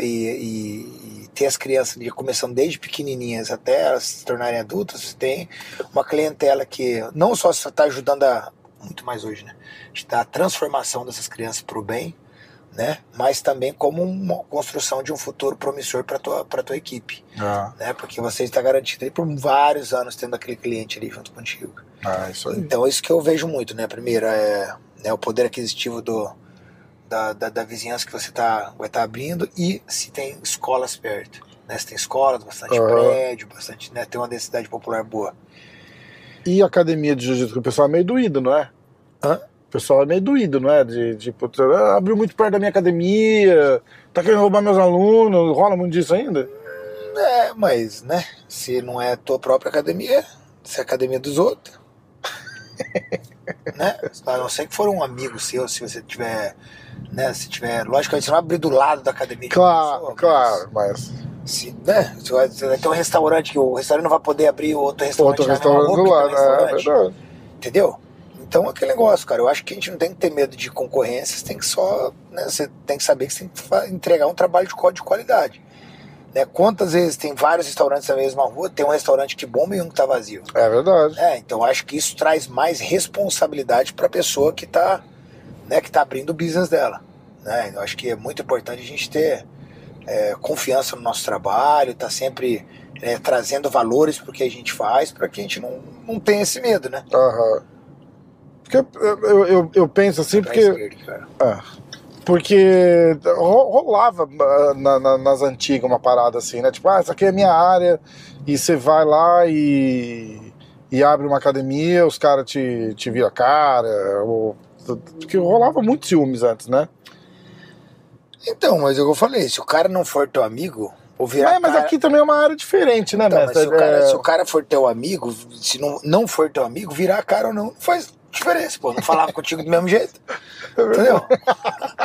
e, e ter as crianças de, começando desde pequenininhas até elas se tornarem adultas, você tem uma clientela que não só está ajudando a, muito mais hoje, né? Está a transformação dessas crianças para o bem, né? Mas também como uma construção de um futuro promissor para tua para tua equipe, Ah, né? Porque você está garantido aí por vários anos tendo aquele cliente ali junto contigo. ah, isso aí. Então isso que eu vejo muito, né? Primeiro é, né, o poder aquisitivo do da, da, da vizinhança que você tá vai estar abrindo e se tem escolas perto, né? Se tem escolas, bastante Aham. prédio, bastante, né? Tem uma densidade popular boa. E a academia de jiu-jitsu, o pessoal é meio doído, não é? Hã? O pessoal é meio doído, não é? De tipo, ah, abriu muito perto da minha academia, tá querendo roubar meus alunos, rola muito disso ainda? É, mas, né? Se não é a tua própria academia, se é a academia dos outros. Né? A não ser que for um amigo seu, se você tiver, né? Se tiver, logicamente, você não vai abrir do lado da academia. de uma Claro, pessoa, mas claro, mas Se, né? Você vai, você vai ter um restaurante que o restaurante não vai poder abrir o outro restaurante, outro na mesma restaurante rua do que lado, tem um é restaurante. verdade. Entendeu? Então aquele negócio, cara, eu acho que a gente não tem que ter medo de concorrência, você tem que só, né, você tem que saber que você tem que fa- entregar um trabalho de, co- de qualidade. Né? Quantas vezes tem vários restaurantes na mesma rua, tem um restaurante que bomba e um que tá vazio. É verdade. É, então eu acho que isso traz mais responsabilidade para a pessoa que tá, né, que tá abrindo o business dela. Né? Eu acho que é muito importante a gente ter é, confiança no nosso trabalho, tá sempre é, trazendo valores pro que a gente faz, para que a gente não, não tenha esse medo, né? Aham. Porque eu, eu, eu, eu penso assim, Pra porque. esquerda, cara. Ah, porque ro- rolava ah, na- na- nas antigas uma parada assim, né? Tipo, ah, essa aqui é a minha área, e você vai lá e, e abre uma academia, os caras te, te viram a cara. Ou, porque rolava muito ciúmes antes, né? Então, mas é o que eu falei, se o cara não for teu amigo, ou virar É, mas cara... aqui também é uma área diferente, né, Então, mas mestre? se, o cara, É- se o cara for teu amigo, se não, não for teu amigo, virar a cara ou não, não faz diferença, pô. Não falava contigo do mesmo jeito. Entendeu?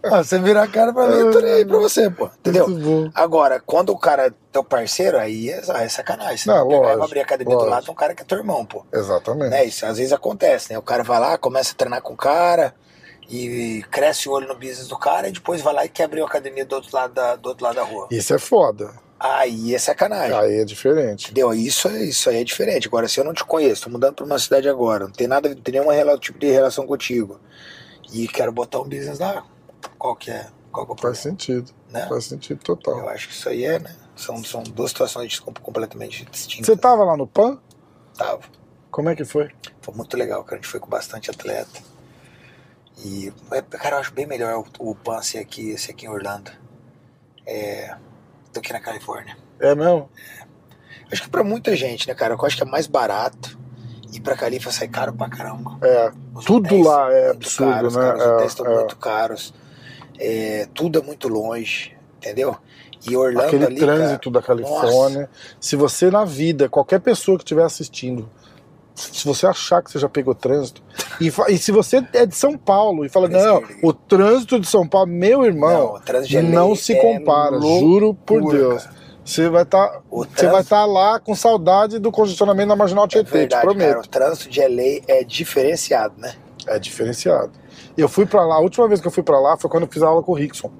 Ah, você vira a cara pra mim, eu tô nem aí pra você, pô. Entendeu? Agora, quando o cara é teu parceiro, aí é, é sacanagem. Você não, vai lógico, abrir a academia lógico. do lado, tem um cara que é teu irmão, pô. Exatamente. Né? Isso às vezes acontece, né? O cara vai lá, começa a treinar com o cara e cresce o olho no business do cara e depois vai lá e quer abrir uma academia do outro lado da, do outro lado da rua. Isso é foda. Aí é sacanagem. Aí é diferente. Entendeu? Isso, isso aí é diferente. Agora, se eu não te conheço, tô mudando pra uma cidade agora, não tem nada, não tem nenhum tipo de relação contigo e quero botar um business lá, qual que é? Qual que é o Faz problema? sentido. Né? Faz sentido total. Eu acho que isso aí é, né? São, são duas situações completamente distintas. Você tava lá no P A N? Tava. Como é que foi? Foi muito legal, cara. A gente foi com bastante atleta. E, cara, eu acho bem melhor o, o P A N ser aqui, ser aqui em Orlando. É, do que na Califórnia. É mesmo? É. Acho que pra muita gente, né, cara? Eu acho que é mais barato. E pra Califa sai caro pra caramba. É. Os Tudo lá é absurdo, caros, né? Cara, os é, hotéis estão é. muito caros. É, tudo é muito longe, entendeu? E Orlando Aquele ali, trânsito cara, da Califórnia. Nossa. Se você na vida, qualquer pessoa que estiver assistindo, se você achar que você já pegou trânsito, e, e se você é de São Paulo e fala, não, o trânsito de São Paulo, meu irmão, não, não se compara, é juro por Deus. Cara. Você vai estar tá, você vai tá lá com saudade do congestionamento na Marginal Tietê, é te prometo. Cara, o trânsito de L A é diferenciado, né? É diferenciado. Eu fui pra lá, a última vez que eu fui pra lá foi quando eu fiz a aula com o Rickson.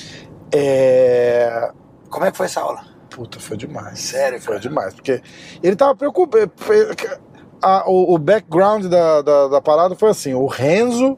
É... Como é que foi essa aula? Puta, foi demais. Sério, Foi cara? demais, porque ele tava preocupado. A, o, o background da, da, da parada foi assim, o Renzo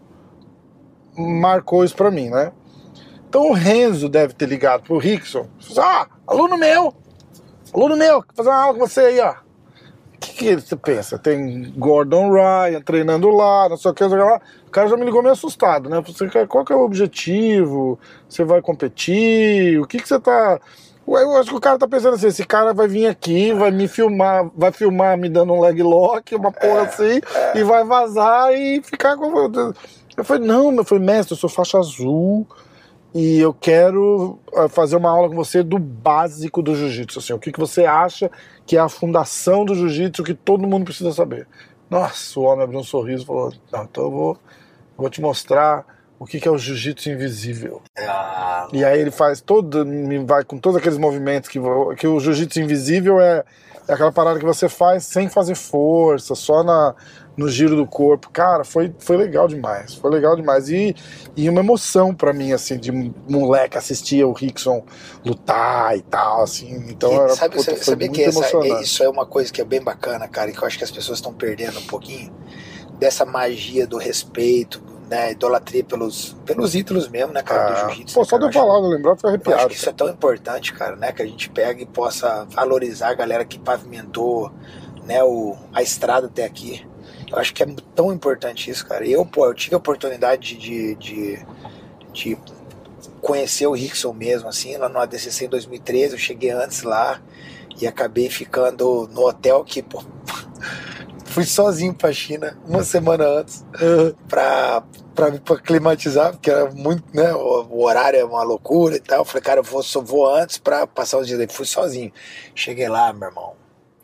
marcou isso pra mim, né? Então o Renzo deve ter ligado pro Rickson. Ah, aluno meu! Aluno meu, quer fazer uma aula com você aí, ó. O que, que você pensa? Tem Gordon Ryan treinando lá, não sei o que, não sei o que lá. O cara já me ligou meio assustado, né? Você, qual que é o objetivo? Você vai competir? O que, que você tá... Eu acho que o cara tá pensando assim, esse cara vai vir aqui, vai me filmar, vai filmar me dando um leg lock, uma porra assim, e vai vazar e ficar com... Eu falei, não, eu falei, mestre, eu sou faixa azul e eu quero fazer uma aula com você do básico do jiu-jitsu, assim, o que, que você acha que é a fundação do jiu-jitsu que todo mundo precisa saber. Nossa, o homem abriu um sorriso e falou, não, então eu vou, vou te mostrar o que, que é o jiu-jitsu invisível. Ah, e aí ele faz todo, vai com todos aqueles movimentos que, que o jiu-jitsu invisível é, é aquela parada que você faz sem fazer força, só na, no giro do corpo. Cara, foi, foi legal demais, foi legal demais. E, e uma emoção pra mim, assim, de moleque assistir o Rickson lutar e tal, assim. Então, era, sabe, puta, sabe, foi sabe muito que essa, emocionante. isso é uma coisa que é bem bacana, cara, e que eu acho que as pessoas estão perdendo um pouquinho dessa magia do respeito, né, idolatria pelos, pelos ídolos mesmo, né, cara, Ah, do jiu-jitsu. pô, né, só de eu falar, não lembrar, foi eu arrepiado. acho que isso é tão importante, cara, né, que a gente pega e possa valorizar a galera que pavimentou, né, o, a estrada até aqui. Eu acho que é tão importante isso, cara. Eu, pô, eu tive a oportunidade de, de, de conhecer o Rickson mesmo, assim, lá no A D C C em dois mil e treze, eu cheguei antes lá e acabei ficando no hotel que, pô, fui sozinho pra China uma semana antes pra, pra, pra climatizar, porque era muito, né, o, o horário é uma loucura e tal. Eu falei, cara, eu vou, só vou antes pra passar os dias aí. Fui sozinho. Cheguei lá, meu irmão,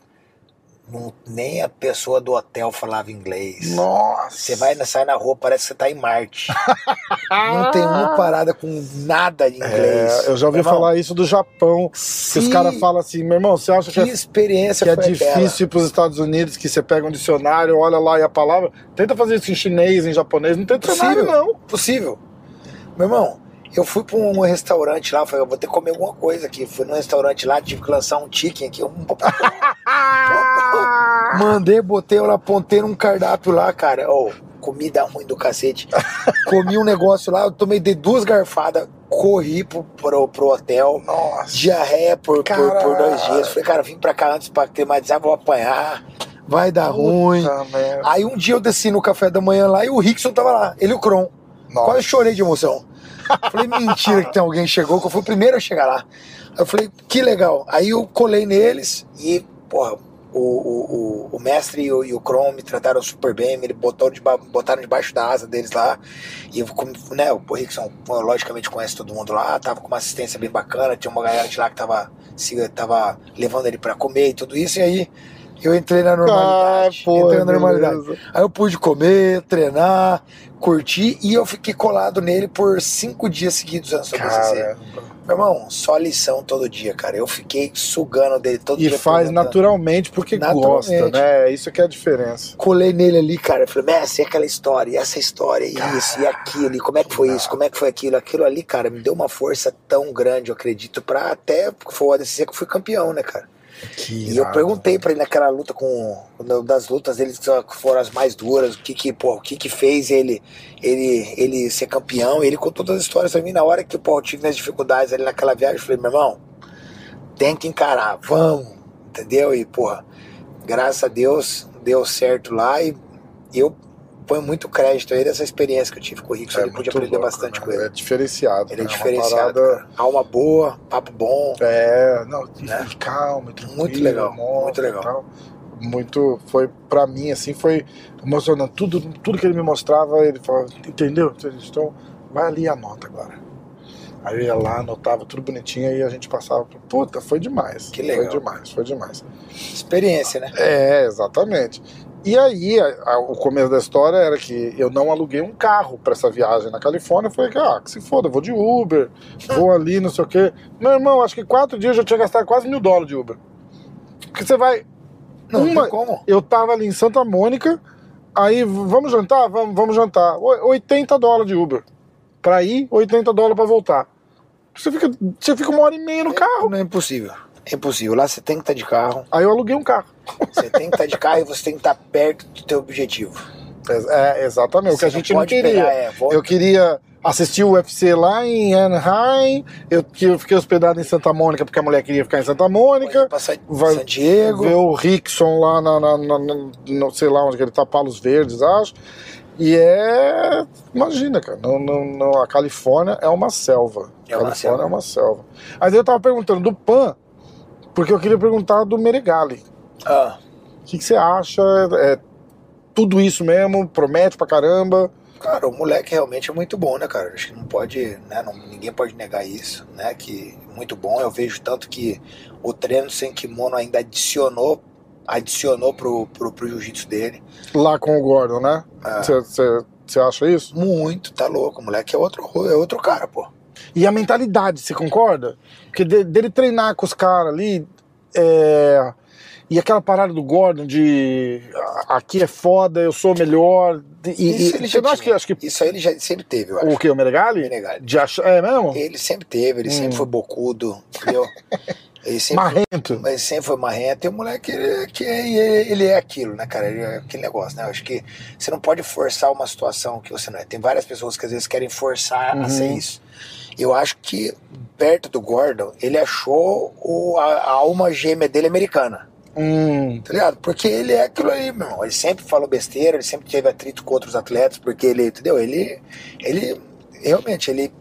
não, nem a pessoa do hotel falava inglês. Nossa! Você vai sai na rua, parece que você tá em Marte. Não tem uma parada com nada de inglês. É, eu já ouvi falar isso do Japão. Que os caras falam assim, meu irmão, você acha que, que experiência que é foi difícil ir pros Estados Unidos, que você pega um dicionário, olha lá e a palavra. Tenta fazer isso em chinês, em japonês, não tem dicionário, não. Possível. Meu irmão, eu fui pra um restaurante lá, falei, eu vou ter que comer alguma coisa aqui. Fui num restaurante lá, tive que lançar um chicken aqui. Um... Mandei, botei, eu apontei num cardápio lá, cara. Oh, comida ruim do cacete. Comi um negócio lá, eu tomei de duas garfadas, corri pro, pro, pro hotel. Nossa. Diarreia por, por, por dois dias. Falei, cara, vim pra cá antes pra climatizar, vou apanhar. Vai dar Puta ruim. Merda. Aí um dia eu desci no café da manhã lá e o Rickson tava lá, ele e o Kron. Nossa. Quase chorei de emoção. Falei, mentira que tem alguém que chegou, que eu fui o primeiro a chegar lá. Aí eu falei, que legal. Aí eu colei neles e, porra, o, o, o, o mestre e o, e o Kron me trataram super bem, me botaram, de, botaram debaixo da asa deles lá. E eu, né, o Rickson, logicamente, conhece todo mundo lá, tava com uma assistência bem bacana, tinha uma galera de lá que tava, se, tava levando ele pra comer e tudo isso. E aí, Eu entrei na normalidade. Ah, pô, entrei na normalidade. beleza. Aí eu pude comer, treinar, curtir e eu fiquei colado nele por cinco dias seguidos antes do B C C. Caramba. Meu irmão, só lição todo dia, cara. Eu fiquei sugando dele todo E dia. faz perguntando. naturalmente porque Naturalmente. gosta, né? Isso que é a diferença. Colei nele ali, cara. Eu falei, Messi, e aquela história, e essa história, e isso, e aquilo, e como é que foi isso, como é que foi aquilo? Aquilo ali, cara, me deu uma força tão grande, eu acredito, pra até, foda se que eu fui campeão, né, cara? Que E eu irado. perguntei pra ele naquela luta com das lutas dele que foram as mais duras, o que que, pô, o que que fez ele ele ele ser campeão, ele contou todas as histórias pra mim na hora que, pô, eu tive minhas dificuldades ali naquela viagem, eu falei, meu irmão, tem que encarar, vamos, entendeu? E, porra, graças a Deus deu certo lá e eu ponho muito crédito a ele essa experiência que eu tive com o Rickson, É ele podia muito aprender louco, bastante né? com ele. É diferenciado. Ele é né? diferenciado, Uma parada... cara. Alma boa, papo bom. É, não, Né? calma, tranquilo, Muito legal, mostra, muito legal. Tal. Muito, foi pra mim assim, foi emocionante. Tudo, tudo que ele me mostrava, ele falava, entendeu? Então, vai ali e anota agora. Aí eu ia lá, anotava tudo bonitinho e a gente passava. Puta, foi demais. Que legal. Foi demais, foi demais. Experiência, né? É, exatamente. E aí, a, a, o começo da história era que eu não aluguei um carro pra essa viagem na Califórnia. Eu falei, ah, que se foda, eu vou de Uber, vou ali, não sei o quê. Meu irmão, acho que quatro dias eu já tinha gastado quase mil dólares de Uber. Porque você vai... Não, uma, tem como. Eu tava ali em Santa Mônica, aí, vamos jantar? Vamos, vamos jantar. oitenta dólares de Uber. Pra ir, oitenta dólares pra voltar. Você fica, você fica uma hora e meia no carro. Não é impossível. É impossível. Lá você tem que estar de carro. Aí eu aluguei um carro. Você tem que estar de carro e você tem que estar perto do teu objetivo. É, exatamente, o que Você a gente não não pode queria. pegar, é, volta. Eu queria assistir o U F C lá em Anaheim, eu, eu fiquei hospedado em Santa Mônica porque a mulher queria ficar em Santa Mônica. Passar Vai San Diego. ver o Rickson lá na, na, na, na, no, sei lá onde que ele tá, Palos Verdes, acho. E é... Imagina, cara, não, não, não, a Califórnia é uma selva. É a uma Califórnia selva. é uma selva. Mas eu tava perguntando do Pan, porque eu queria perguntar do Meregali. Ah, O que, que você acha? É tudo isso mesmo? Promete pra caramba? cara, o moleque realmente é muito bom, né, cara? Acho que não pode, né? Não, ninguém pode negar isso, né? Que é muito bom. Eu vejo tanto que o treino sem kimono ainda adicionou, adicionou pro, pro, pro jiu-jitsu dele. Lá com o Gordon, né? Você acha isso? Muito, tá louco. O moleque é outro, é outro cara, pô. E a mentalidade, você concorda? Porque de, dele treinar com os caras ali, é... e aquela parada do Gordon de aqui é foda, eu sou melhor. E, Isso e, ele você já não acha tinha. que, acho que Isso aí ele já sempre teve, eu acho. o que, o Meregali? Meregali. De achar, é mesmo? Ele sempre teve, ele Hum. sempre foi bocudo, entendeu? Ele sempre Marrento. Foi, ele sempre foi marrento. E o moleque, ele, que é, ele é aquilo, né, cara? Ele é aquele negócio, né? Eu acho que você não pode forçar uma situação que você não é. Tem várias pessoas que às vezes querem forçar Uhum. a ser isso. Eu acho que perto do Gordon, ele achou o, a, a alma gêmea dele americana. Hum. Tá ligado? Porque ele é aquilo aí, meu irmão. Ele sempre falou besteira, ele sempre teve atrito com outros atletas, porque ele, entendeu? Ele, ele realmente, ele,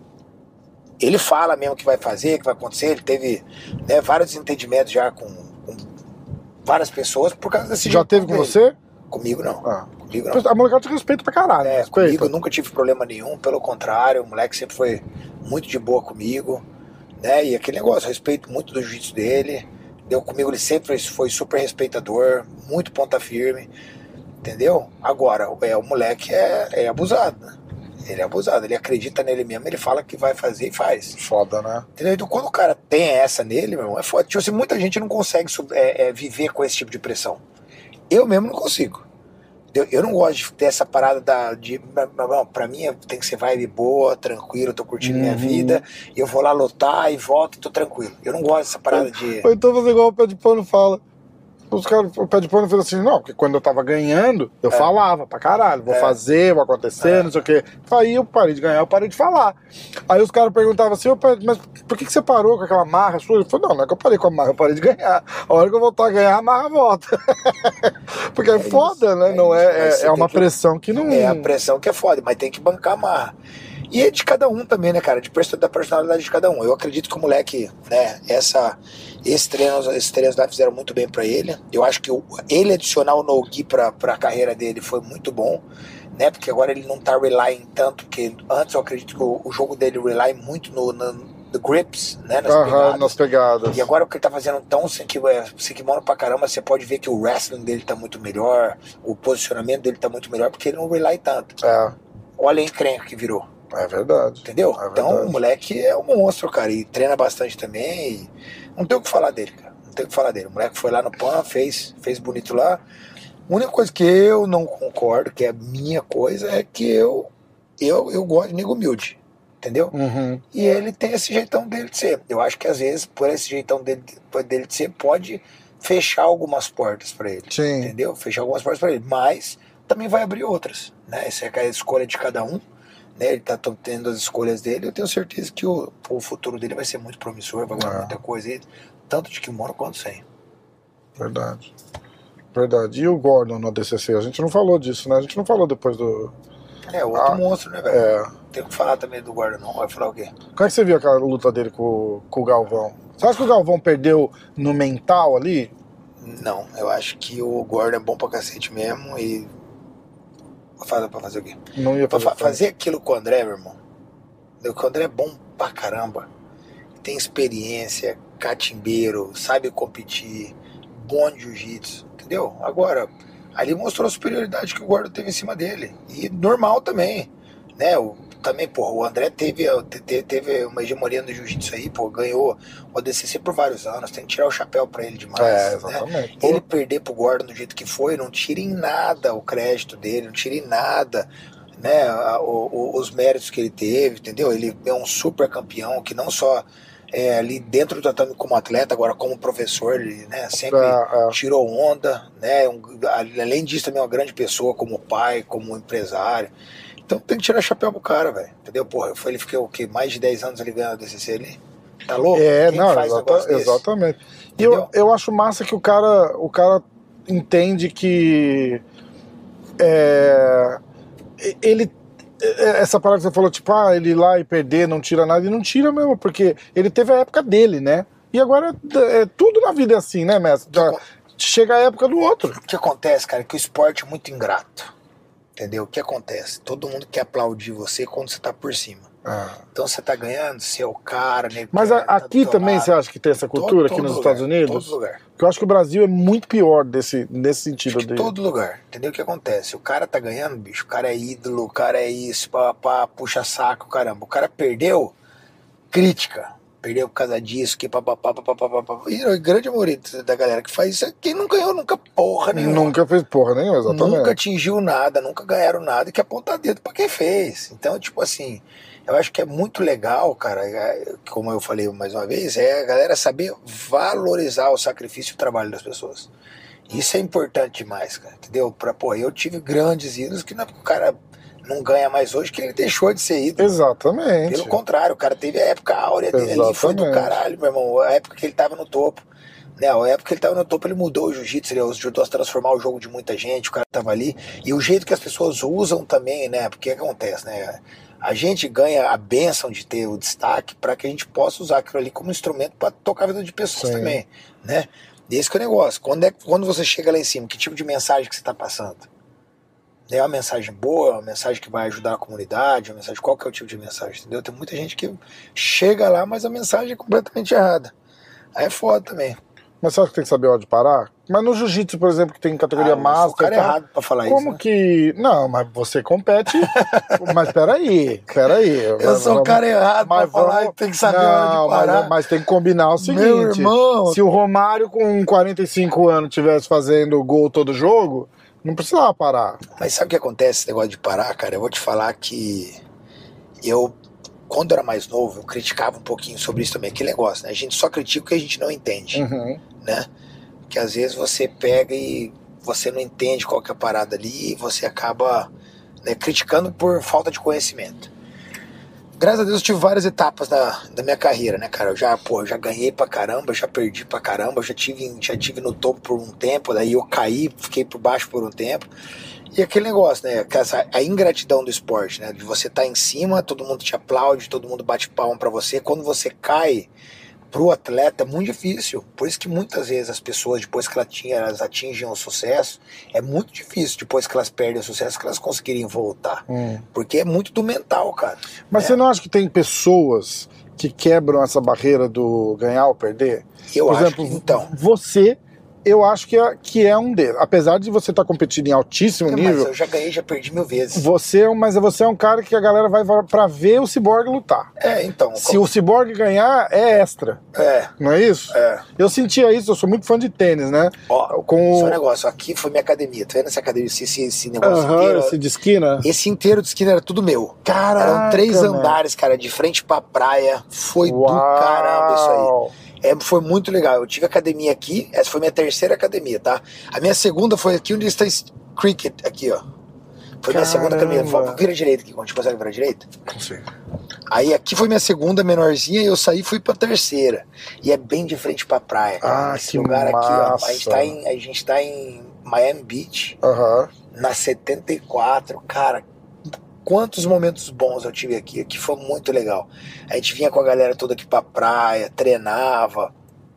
ele fala mesmo o que vai fazer, o que vai acontecer. Ele teve, né, vários entendimentos já com, com várias pessoas por causa desse Já jeito teve com dele. você? Comigo não. Ah. Comigo não. A molecada te respeita pra caralho. É, respeita. comigo eu nunca tive problema nenhum, pelo contrário, o moleque sempre foi muito de boa comigo, né? E aquele negócio, eu respeito muito do jiu-jitsu dele. Deu comigo, ele sempre foi super respeitador, muito ponta firme, entendeu? Agora, é, o moleque é, é abusado, né? Ele é abusado, ele acredita nele mesmo, ele fala que vai fazer e faz. Foda, né? Entendeu? Então, quando o cara tem essa nele, meu irmão, é foda. Tipo assim, muita gente não consegue é, é, viver com esse tipo de pressão. Eu mesmo não consigo. Eu, eu não gosto de ter essa parada da, de. Não, pra mim tem que ser vibe boa, tranquilo, eu tô curtindo Uhum. minha vida, e eu vou lá lutar e volto e tô tranquilo. Eu não gosto dessa parada de. Ou então fazer igual o Pé de Pano fala. Os caras, o Pé de Pano fez assim, não, porque quando eu tava ganhando, eu É. falava pra caralho, vou É. fazer, vou acontecer, É. não sei o quê. Aí eu parei de ganhar, eu parei de falar. Aí os caras perguntavam assim, "Ô, Pé, mas por que, que você parou com aquela marra sua?" Eu falei, não, não é que eu parei com a marra, eu parei de ganhar. A hora que eu voltar a ganhar, a marra volta. Porque é, É foda, isso, né? é não isso, é, mas é, você é tem uma que- pressão que não... É a pressão que é foda, mas tem que bancar a marra. E é de cada um também, né, cara? De perso- da personalidade de cada um. Eu acredito que o moleque, né, essa, esses treinos, esses treinos lá fizeram muito bem pra ele. Eu acho que o, ele adicionar o no-gi pra, pra carreira dele foi muito bom, né? Porque agora ele não tá relying tanto, porque antes eu acredito que o, o jogo dele rely muito no, no, the grips, né? Nas Aham, pegadas. nas pegadas. E agora o que ele tá fazendo tão kimono pra caramba, você pode ver que o wrestling dele tá muito melhor, o posicionamento dele tá muito melhor, porque ele não rely tanto. É. Olha a encrenca que virou. É verdade. Entendeu? É então verdade. o moleque é um monstro, cara, e treina bastante também. E não tem o que falar dele, cara. Não tem o que falar dele. O moleque foi lá no P A N, fez, fez bonito lá. A única coisa que eu não concordo, que é a minha coisa, é que eu, eu, eu gosto de nego humilde. Entendeu? Uhum. E ele tem esse jeitão dele de ser. Eu acho que às vezes, por esse jeitão dele, dele de ser, pode fechar algumas portas pra ele. Sim. Entendeu? Fechar algumas portas pra ele. Mas também vai abrir outras. Né? Essa é a escolha de cada um. Né? Ele tá tendo as escolhas dele. Eu tenho certeza que o, o futuro dele vai ser muito promissor, vai ganhar É. muita coisa aí, tanto de kimono quanto sem. Verdade. Verdade. E o Gordon no A D C C? A gente não falou disso, né? A gente não falou depois do... É, outro Ah, monstro, né, velho? É. Tem que falar também do Gordon, não. Vai falar o quê? Como é que você viu aquela luta dele com, com o Galvão? Você acha que o Galvão perdeu no mental ali? Não, eu acho que o Gordon é bom pra cacete mesmo e... Pra fazer o quê? Não ia Pra fazer. fa fazer aquilo com o André, meu irmão. O André é bom pra caramba. Tem experiência, catimbeiro, sabe competir, bom de jiu-jitsu, entendeu? Agora, ali mostrou a superioridade que o Gordon teve em cima dele. E normal também, né? O, também, pô, o André teve, teve, teve uma hegemonia no jiu-jitsu aí, pô, ganhou o A D C C por vários anos, tem que tirar o chapéu pra ele demais. É, né? exatamente. Ele perder pro Gordon do jeito que foi, não tira em nada o crédito dele, não tira em nada, né, a, o, os méritos que ele teve, entendeu? Ele é um super campeão que não só é, ali dentro do tatame como atleta, agora como professor, ele, né, sempre É, é. tirou onda, né, um, além disso também é uma grande pessoa como pai, como empresário. Então tem que tirar chapéu pro cara, velho, entendeu? Porra, foi, ele ficou o quê? Mais de dez anos ele ganhando o D C C ali? Tá louco? É, Quem não, faz exata, negócio desse? exatamente. E eu, eu acho massa que o cara, o cara entende que é, ele, essa parada que você falou, tipo, ah, ele ir lá e perder, não tira nada, e não tira mesmo, porque ele teve a época dele, né? E agora é, tudo na vida é assim, né, mestre? Já chega a época do outro. O que acontece, cara, é que o esporte é muito ingrato. Entendeu? O que acontece? Todo mundo quer aplaudir você quando você tá por cima. Ah. Então você tá ganhando, você é o cara, né? Mas a, aqui tá também você acha que tem essa cultura todo, aqui todo nos lugar, Estados Unidos? Todo lugar. Porque eu acho que o Brasil é muito pior desse, nesse sentido dele. Todo lugar. Entendeu o que acontece? O cara tá ganhando, bicho, o cara é ídolo, o cara é isso, pá, pá, puxa saco, caramba. O cara perdeu, crítica. Perdeu por causa disso, que papapá, papapá, papapá. E a grande maioria da galera que faz isso é quem não ganhou nunca porra nenhuma. Nunca fez porra nenhuma, exatamente. Nunca atingiu nada, nunca ganharam nada e que apontar dedo pra quem fez. Então, tipo assim, eu acho que é muito legal, cara, como eu falei mais uma vez, é a galera saber valorizar o sacrifício e o trabalho das pessoas. Isso é importante demais, cara, entendeu? Pra, pô, eu tive grandes ídolos que não é porque o cara não ganha mais hoje que ele deixou de ser ídolo. Exatamente. Pelo contrário, o cara teve a época áurea dele ali, foi do caralho, meu irmão, a época que ele tava no topo. Né, a época que ele tava no topo, ele mudou o jiu-jitsu, ele ajudou a transformar o jogo de muita gente, o cara tava ali. E o jeito que as pessoas usam também, né? Porque o que acontece, né? A gente ganha a bênção de ter o destaque para que a gente possa usar aquilo ali como instrumento para tocar a vida de pessoas. Sim. Também, né? E esse que é o negócio. Quando, é, quando você chega lá em cima, que tipo de mensagem que você tá passando? É uma mensagem boa, uma mensagem que vai ajudar a comunidade, uma mensagem, qual que é o tipo de mensagem, entendeu? Tem muita gente que chega lá, mas a mensagem é completamente errada. Aí é foda também. Mas você acha que tem que saber onde parar? Mas no jiu-jitsu, por exemplo, que tem categoria ah, master... O cara é errado pra falar como isso, Como né? que... Não, mas você compete... mas peraí, peraí. Eu mas, sou o cara errado pra falar vamos... e tem que saber não, onde parar. Mas, mas tem que combinar o seguinte... Meu irmão... Se o Romário com quarenta e cinco anos tivesse fazendo gol todo jogo, não precisava parar. Mas sabe o que acontece, esse negócio de parar, cara? Eu vou te falar que... Eu... Quando eu era mais novo, eu criticava um pouquinho sobre isso também, aquele negócio, né? A gente só critica o que a gente não entende, uhum. né? Que às vezes você pega e você não entende qual que é a parada ali e você acaba, né, criticando por falta de conhecimento. Graças a Deus eu tive várias etapas da, da minha carreira, né, cara? Eu já, pô, já ganhei pra caramba, já perdi pra caramba, já tive, já tive no topo por um tempo, daí eu caí, fiquei por baixo por um tempo. E aquele negócio, né, essa, a ingratidão do esporte, né, de você estar tá em cima, todo mundo te aplaude, todo mundo bate palma pra você, quando você cai, pro atleta é muito difícil. Por isso que muitas vezes as pessoas, depois que elas, tinham, elas atingem o sucesso, é muito difícil, depois que elas perdem o sucesso, que elas conseguirem voltar. Hum. Porque é muito do mental, cara. Mas né? Você não acha que tem pessoas que quebram essa barreira do ganhar ou perder? Eu Por acho exemplo, que, então... Você... Eu acho que é, que é um deles. Apesar de você estar tá competindo em altíssimo é, nível... Mas eu já ganhei, já perdi mil vezes. Você, mas você é um cara que a galera vai pra ver o Cyborg lutar. É, então... Se como... o Cyborg ganhar, é extra. É. Não é isso? É. Eu sentia isso, eu sou muito fã de tênis, né? Ó, Com só um negócio, aqui foi minha academia. Tá vendo essa academia, esse, esse, esse negócio uhum, inteiro? Esse de esquina? Esse inteiro de esquina era tudo meu. Caraca, eram três mano. andares, cara, de frente pra praia. Foi Uau. do caramba isso aí. É, foi muito legal. Eu tive academia aqui, essa foi minha terceira academia, tá? A minha segunda foi aqui onde está Cricket, aqui, ó. Foi minha segunda academia. Vira direita aqui, quando a gente consegue virar direita? Sim. Aí aqui foi minha segunda menorzinha e eu saí e fui pra terceira. E é bem de frente pra praia. Ah, esse que lugar massa. aqui, ó. A gente tá em, a gente tá em Miami Beach, uhum. na setenta e quatro, cara. Quantos momentos bons eu tive aqui, aqui foi muito legal. A gente vinha com a galera toda aqui pra praia, treinava,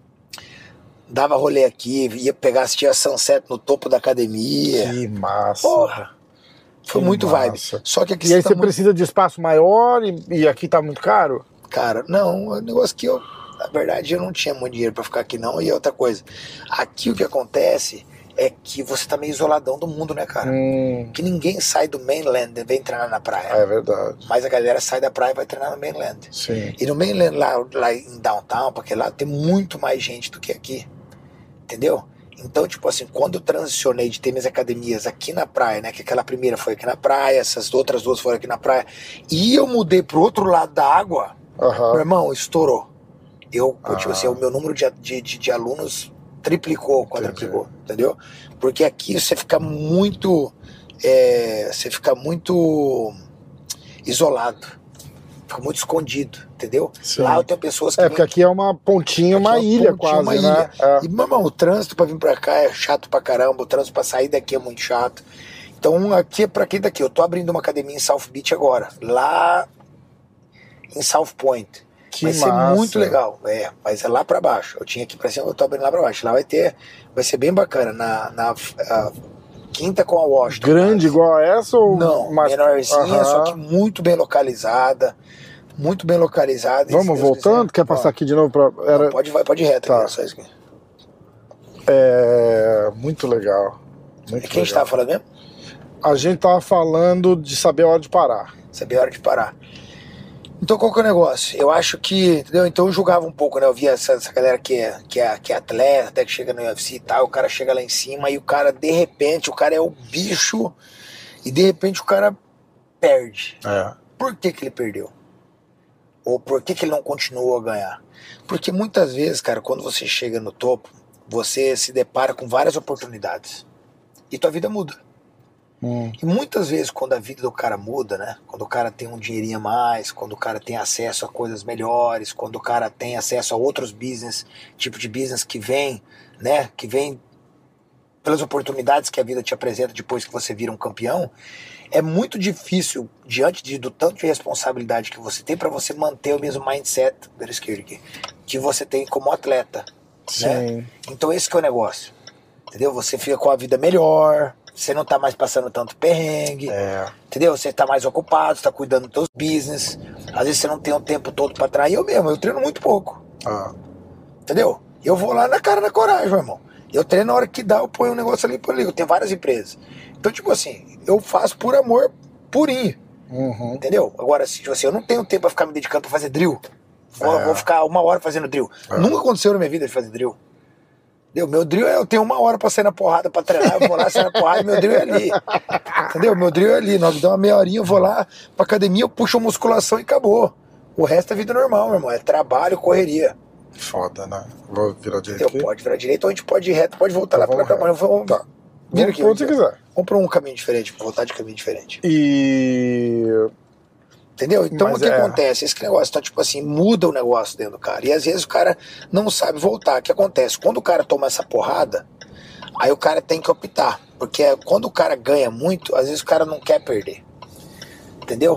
dava rolê aqui, ia pegar, assistir a sunset no topo da academia. Que massa. Porra, foi que muito massa. vibe. Só que aqui e aí tá você muito... precisa de espaço maior e, e aqui tá muito caro? Cara, não, o negócio que eu, na verdade, eu não tinha muito dinheiro pra ficar aqui não, e é outra coisa. Aqui o que acontece... é que você tá meio isoladão do mundo, né, cara? Hum. Que ninguém sai do mainland e vem treinar na praia. É verdade. Mas a galera sai da praia e vai treinar no mainland. Sim. E no mainland, lá, lá em downtown, porque lá tem muito mais gente do que aqui. Entendeu? Então, tipo assim, quando eu transicionei de ter minhas academias aqui na praia, né? Que aquela primeira foi aqui na praia, essas outras duas foram aqui na praia. E eu mudei pro outro lado da água, uhum. meu irmão, estourou. Eu, ah. tipo assim, o meu número de, de, de, de alunos... triplicou, quadruplicou, entendeu? Porque aqui você fica muito é, você fica muito isolado, fica muito escondido, entendeu? Sim. Lá eu tenho pessoas que... É, porque aqui é uma pontinha, uma é ilha pontinha, quase, uma né? Ilha. É. E, meu irmão, o trânsito pra vir pra cá é chato pra caramba, o trânsito pra sair daqui é muito chato. Então aqui é pra quem daqui? Eu tô abrindo uma academia em South Beach agora, lá em South Point. Que vai massa. ser muito legal, é, mas é lá pra baixo. Eu tinha aqui pra cima, eu tô abrindo lá pra baixo. Lá vai ter, vai ser bem bacana, na, na a, quinta com a Washington. Grande mas, igual a essa ou não, mais... menorzinha, uhum. só que muito bem localizada, muito bem localizada. Vamos voltando? Quiser, Quer passar ó, aqui de novo? Pra... Era... não, pode, vai, pode ir reto, tá. aqui, só isso aqui. É, muito legal. Muito e quem legal. a gente tava falando mesmo? A gente tava falando de saber a hora de parar. Saber a hora de parar. Então qual que é o negócio? Eu acho que, entendeu? Então eu julgava um pouco, né? Eu via essa, essa galera que é, que, é, que é atleta, até que chega no U F C e tal, o cara chega lá em cima e o cara, de repente, o cara é o bicho e de repente o cara perde. É. Por que que ele perdeu? Ou por que que ele não continuou a ganhar? Porque muitas vezes, cara, quando você chega no topo, você se depara com várias oportunidades e tua vida muda. Hum. E muitas vezes quando a vida do cara muda, né? Quando o cara tem um dinheirinho a mais, quando o cara tem acesso a coisas melhores, quando o cara tem acesso a outros business, tipo de business que vem, né? Que vem pelas oportunidades que a vida te apresenta depois que você vira um campeão, é muito difícil, diante de, do tanto de responsabilidade que você tem, para você manter o mesmo mindset, pela esquerda aqui, que você tem como atleta. Sim. Né? Então esse que é o negócio. Entendeu? Você fica com a vida melhor, você não tá mais passando tanto perrengue, é. entendeu? Você tá mais ocupado, você tá cuidando dos teus business, às vezes você não tem o tempo todo pra trás. Eu mesmo, eu treino muito pouco, ah. entendeu? Eu vou lá na cara da coragem, meu irmão. Eu treino na hora que dá, eu ponho um negócio ali por ali. Eu tenho várias empresas. Então, tipo assim, eu faço por amor purinho, uhum. entendeu? Agora, tipo assim, eu não tenho tempo pra ficar me dedicando pra fazer drill. Vou, é. vou ficar uma hora fazendo drill. É. Nunca aconteceu na minha vida de fazer drill. Entendeu? Meu drill é, eu tenho uma hora pra sair na porrada, pra treinar, eu vou lá, sair na porrada, meu drill é ali. Entendeu? Meu drill é ali, nós damos uma meia horinha, eu vou lá pra academia, eu puxo a musculação e acabou. O resto é vida normal, meu irmão, é trabalho, correria. Foda, né? Vou virar direito aqui? Pode virar direito, ou a gente pode ir reto, pode voltar então lá pra cá. Vamos, tá. Vira aqui, onde você quiser. Vamos pra um caminho diferente, pra voltar de caminho diferente. E... Entendeu? Então Mas o que é. acontece? Esse negócio tá tipo assim, muda o negócio dentro do cara. E às vezes o cara não sabe voltar. O que acontece? Quando o cara toma essa porrada, aí o cara tem que optar. Porque quando o cara ganha muito, às vezes o cara não quer perder. Entendeu?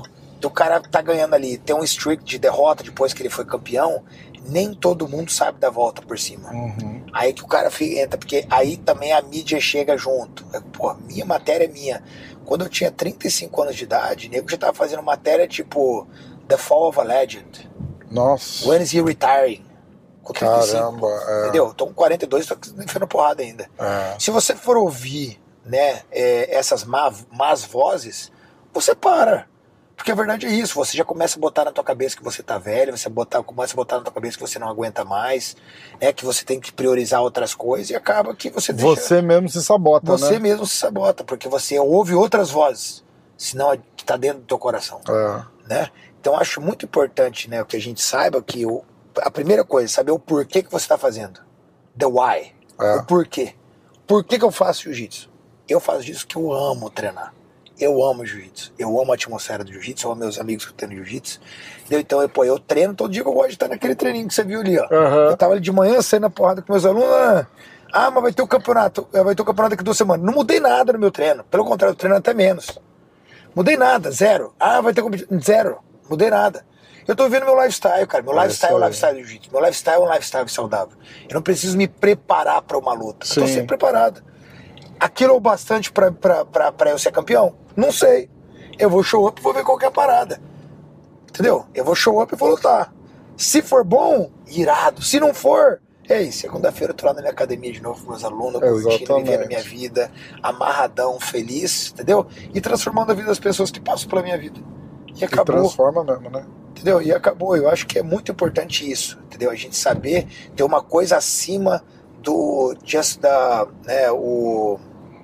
do cara tá ganhando ali, tem um streak de derrota depois que ele foi campeão, nem todo mundo sabe dar volta por cima. Uhum. Aí que o cara fica, entra, porque aí também a mídia chega junto. Pô, minha matéria é minha. Quando eu tinha trinta e cinco anos de idade, o nego já tava fazendo matéria tipo The Fall of a Legend. Nossa. When is he retiring? Com trinta e cinco. Caramba. É. Entendeu? Tô com quarenta e dois, tô enfiando porrada ainda. É. Se você for ouvir, né, é, essas má, más vozes, você para. Porque a verdade é isso, você já começa a botar na tua cabeça que você tá velho, você botar, começa a botar na tua cabeça que você não aguenta mais, né, que você tem que priorizar outras coisas e acaba que você deixa... Você mesmo se sabota, Você né? mesmo se sabota, porque você ouve outras vozes, senão a que tá dentro do teu coração, É. né? Então acho muito importante, né, que a gente saiba que o, a primeira coisa, saber o porquê que você tá fazendo. The why. É. O porquê. Por que que eu faço jiu-jitsu? Eu faço jiu-jitsu que eu amo treinar. Eu amo jiu-jitsu, eu amo a atmosfera do jiu-jitsu, eu amo meus amigos que eu treino jiu-jitsu. Então, eu, pô, eu treino todo dia que eu gosto de estar naquele treininho que você viu ali, ó. Uhum. Eu tava ali de manhã saindo na porrada com meus alunos. Ah, ah, mas vai ter o campeonato, vai ter o campeonato daqui duas semanas. Não mudei nada no meu treino, pelo contrário, eu treino até menos. Mudei nada, zero. Ah, vai ter competição, zero, mudei nada. Eu tô vivendo meu lifestyle, cara. Meu lifestyle é o lifestyle do jiu-jitsu. Meu lifestyle é um lifestyle saudável. Eu não preciso me preparar pra uma luta. Sim. Eu tô sempre preparado. Aquilo é o bastante pra, pra, pra, pra eu ser campeão? Não sei. Eu vou show up e vou ver qualquer parada. Entendeu? Eu vou show up e vou lutar. Se for bom, irado. Se não for, ei, segunda-feira eu tô lá na minha academia de novo com meus alunos, curtindo, vivendo a minha vida, amarradão, feliz, entendeu? E transformando a vida das pessoas que passam pela minha vida. E acabou. E transforma mesmo, né? Entendeu? E acabou. Eu acho que é muito importante isso, entendeu? A gente saber ter uma coisa acima do just da, né, o...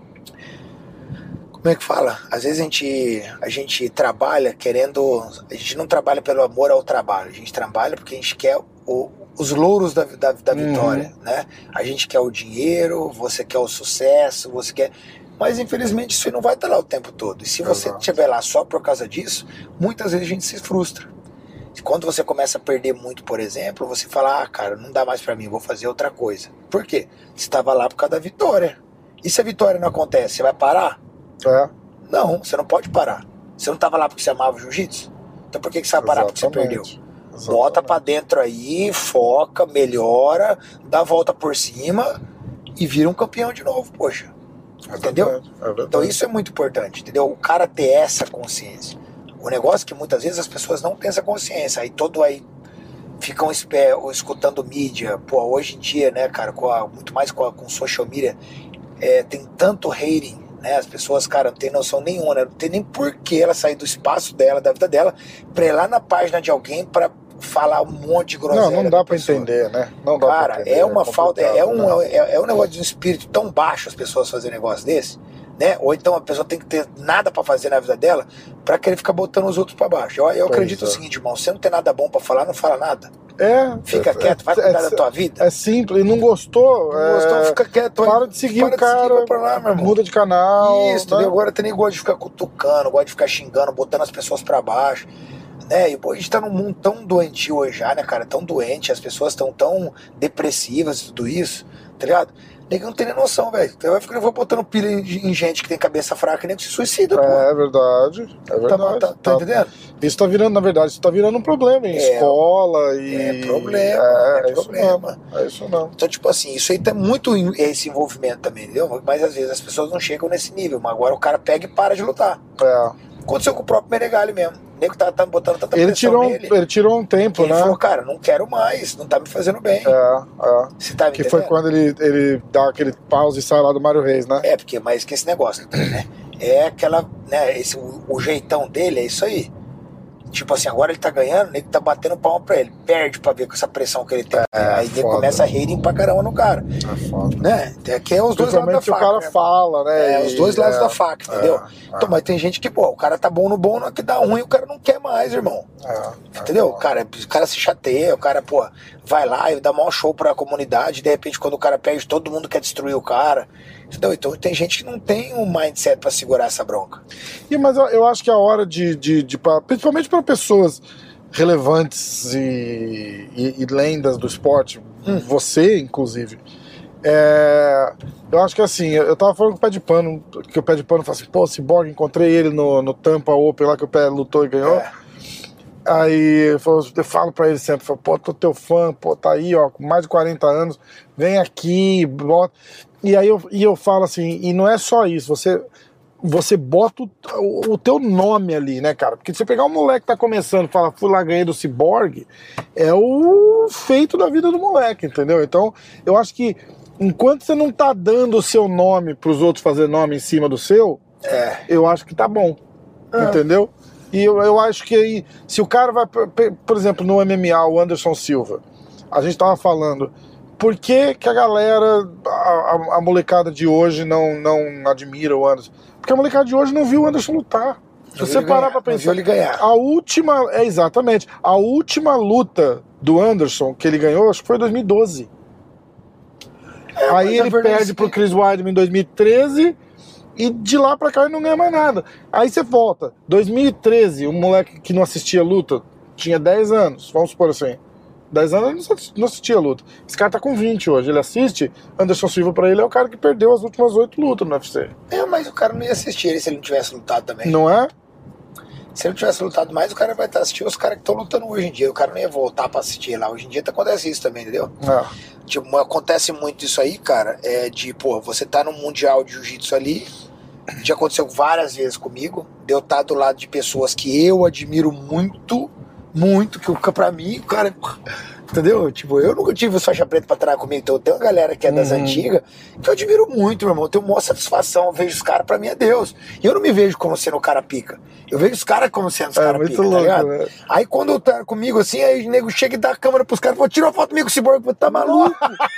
Como é que fala? Às vezes a gente, a gente trabalha querendo... A gente não trabalha pelo amor ao trabalho. A gente trabalha porque a gente quer o, os louros da, da, da vitória, uhum. né? A gente quer o dinheiro, você quer o sucesso, você quer... Mas infelizmente isso não vai estar lá o tempo todo. E se você Exato. estiver lá só por causa disso, muitas vezes a gente se frustra. Quando você começa a perder muito, por exemplo, você fala, ah, cara, não dá mais pra mim, vou fazer outra coisa. Por quê? Você estava lá por causa da vitória. E se a vitória não acontece, você vai parar? É. Não, você não pode parar. Você não estava lá porque você amava o jiu-jitsu? Então por que, que você vai parar? Exatamente. Porque você perdeu? Exatamente. Bota pra dentro aí, foca, melhora, dá a volta por cima e vira um campeão de novo, poxa. É entendeu? Verdade, é verdade. Então isso é muito importante, entendeu? O cara ter essa consciência. O negócio é que muitas vezes as pessoas não têm essa consciência. Aí todo aí ficam escutando mídia. Pô, hoje em dia, né, cara, com a, muito mais com, a, com social media, é, tem tanto hating, né? As pessoas, cara, não tem noção nenhuma, né? Não tem nem porquê ela sair do espaço dela, da vida dela, pra ir lá na página de alguém pra falar um monte de groselha. Não, não dá pra entender, né? Não dá cara, pra entender, é uma é falta, é um, né? é, é um negócio de um espírito tão baixo as pessoas fazerem um negócio desse, né? Ou então a pessoa tem que ter nada pra fazer na vida dela pra querer ficar botando os outros pra baixo. Eu, eu acredito é. o seguinte, irmão, você não tem nada bom pra falar, não fala nada. É. Fica é, quieto, vai é, cuidar é, da tua vida. É simples, não gostou? Não gostou, é, fica quieto. Para de seguir para o cara, de seguir, pra lá, meu irmão. Muda de canal. Isso, né? Entendeu? Agora tem nem gosto de ficar cutucando, gosta de ficar xingando, botando as pessoas pra baixo. Né? E pô, a gente tá num mundo tão doentio hoje já, né, cara? Tão doente, as pessoas estão tão depressivas e tudo isso, tá ligado? Ninguém não tem nem noção, velho. Então vai ficar botando pilha em gente que tem cabeça fraca e nem que se suicida, pô. É verdade, é verdade. Tá, tá, tá entendendo? Isso tá virando, na verdade, isso tá virando um problema em é, escola e... É problema, é, é, é problema. Isso é isso não. Então, tipo assim, isso aí tá muito esse envolvimento também, entendeu? Mas às vezes as pessoas não chegam nesse nível, mas agora o cara pega e para de lutar. É. Aconteceu com o próprio Menegali mesmo. O nego tá, tá botando tanta ele pressão tirou, nele. Ele tirou um tempo, ele né? Ele falou, cara, não quero mais, não tá me fazendo bem. É, é. Você tá me que entendendo? foi quando ele, ele dá aquele pause e sai lá do Mário Reis, né? É, porque, mas que esse negócio, né? É aquela, né, esse, o, o jeitão dele é isso aí. Tipo assim, agora ele tá ganhando, o nego tá batendo palma pra ele. Perde pra ver com essa pressão que ele tem. É, aí ele começa a hating pra caramba no cara. É foda. Né? Aqui é os dois lados da faca. o cara né? fala, né? É, os dois lados é, da faca, entendeu? É, então, é. Mas tem gente que, pô, o cara tá bom no bom, não que dá ruim, o cara não quer mais, irmão. É, entendeu? É, o, cara, o cara se chateia, o cara, pô, vai lá e dá maior show pra comunidade, de repente, quando o cara perde, todo mundo quer destruir o cara. Entendeu? Então tem gente que não tem um mindset pra segurar essa bronca. E, mas eu, eu acho que é a hora de, de, de pra, principalmente para pessoas relevantes e, e, e lendas do esporte, hum. você inclusive, é, eu acho que assim, eu tava falando com o Pé de Pano, que o Pé de Pano fala assim, pô, Cyborg, encontrei ele no, no Tampa Open lá que o Pé lutou e ganhou. É. Aí eu falo pra ele sempre, falo, pô, tô teu fã, pô, tá aí, ó, com mais de quarenta anos, vem aqui, bota. E aí eu, e eu falo assim, e não é só isso, você, você bota o, o teu nome ali, né, cara? Porque se você pegar um moleque que tá começando e fala, fui lá, ganhei do Cyborg, é o feito da vida do moleque, entendeu? Então, eu acho que enquanto você não tá dando o seu nome pros outros fazer nome em cima do seu, É. eu acho que tá bom, É. entendeu? E eu, eu acho que aí, se o cara vai, por exemplo, no M M A, o Anderson Silva, a gente tava falando, por que que a galera, a, a, a molecada de hoje não, não admira o Anderson? Porque a molecada de hoje não viu o Anderson lutar. Se Não você viu ele parar ganhar, pra não viu pensar, ele ganhar. a última, é exatamente, a última luta do Anderson que ele ganhou, acho que foi em dois mil e doze. É, Aí mas ele a verdade perde é pro que- Chris Weidman em dois mil e treze e de lá pra cá ele não ganha mais nada. Aí você volta, dois mil e treze, um moleque que não assistia luta, tinha dez anos, vamos supor assim. dez anos ele não assi- não assistia luta. Esse cara tá com vinte hoje, ele assiste, Anderson Silva pra ele é o cara que perdeu as últimas oito lutas no U F C. É, mas o cara não ia assistir ele se ele não tivesse lutado também. Não é? Se ele não tivesse lutado mais, o cara vai estar assistindo os caras que estão lutando hoje em dia. O cara não ia voltar pra assistir lá. Hoje em dia acontece isso também, entendeu? É. Tipo, acontece muito isso aí, cara, é de, pô, você tá no Mundial de Jiu-Jitsu ali, já aconteceu várias vezes comigo, de eu estar do lado de pessoas que eu admiro muito, muito, que o- pra mim, o cara, entendeu? Tipo, eu nunca tive os faixa preta pra treinar comigo, então tem uma galera que é das Uhum. antigas, que eu admiro muito, meu irmão, eu tenho maior satisfação, eu vejo os caras, pra mim é Deus, e eu não me vejo como sendo o cara pica, eu vejo os caras como sendo os É caras muito pica, louco, tá ligado? né? Aí quando eu tá comigo assim, aí o nego chega e dá a câmera pros caras, fala, tira uma foto comigo com esse Cyborg, eu falo, tá maluco?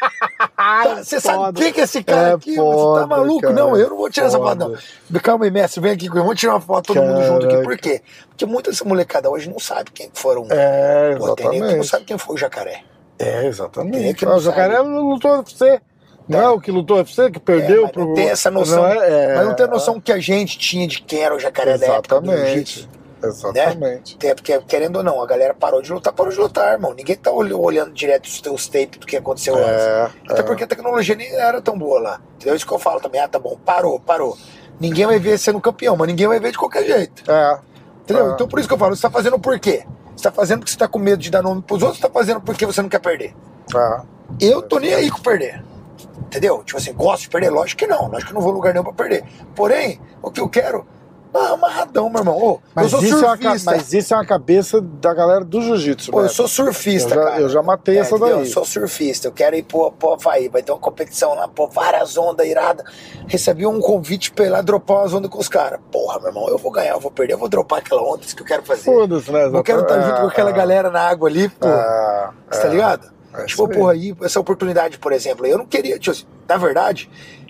Tá, você sabe foda. quem que é esse cara É aqui? foda, Você tá maluco? cara, não, eu não vou tirar essa foto, foda. não. Calma aí, mestre, vem aqui, vamos tirar uma foto todo mundo junto aqui. Caraca. Por quê? Porque muita dessa molecada hoje não sabe quem foram. É, Pô, tem nego que não exatamente. sabe quem foi o Jacaré. É, Tem exatamente. que não Ah, o Jacaré sabe. lutou no U F C. Não Tá. é o que lutou no U F C, que É, perdeu mas pro... não tem essa noção. Não é, é... Mas não tem a noção que a gente tinha de quem era o Jacaré da época do Exatamente. jiu-jitsu. Exatamente. Até porque, querendo ou não, a galera parou de lutar, parou de lutar, irmão. Ninguém tá ol- olhando direto os teus tapes do que aconteceu antes. É, Até é. porque a tecnologia nem era tão boa lá. Entendeu? Isso que eu falo também. Ah, tá bom, parou, parou. Ninguém vai ver sendo campeão, mas ninguém vai ver de qualquer jeito. É. Entendeu? É. Então por isso que eu falo, você tá fazendo por quê? Você tá fazendo porque você tá com medo de dar nome pros outros, ou você tá fazendo porque você não quer perder? É. Eu tô nem aí com perder. Entendeu? Tipo assim, gosto de perder? Lógico que não. Lógico que eu não vou em lugar nenhum pra perder. Porém, o que eu quero... Ah, amarradão, meu irmão. Ô, Mas, eu sou isso é uma, ca- surfista. mas isso é uma cabeça da galera do jiu-jitsu, Pô, eu né? sou surfista, Eu já- cara. eu já matei essa entendeu? daí. Eu sou surfista, eu quero ir pro, pro Havaí, vai ter uma competição lá, pô, várias ondas iradas. Recebi um convite pra ir lá dropar umas ondas com os caras. Porra, meu irmão, eu vou ganhar, eu vou perder, eu vou dropar aquela onda, isso que eu quero fazer. Foda-se, né? Eu quero estar Exatamente. junto com aquela É, galera na água ali, pô. é, Você tá é. ligado? É tipo, isso aí. porra, aí, essa oportunidade, por exemplo, eu não queria, tipo, assim, na verdade,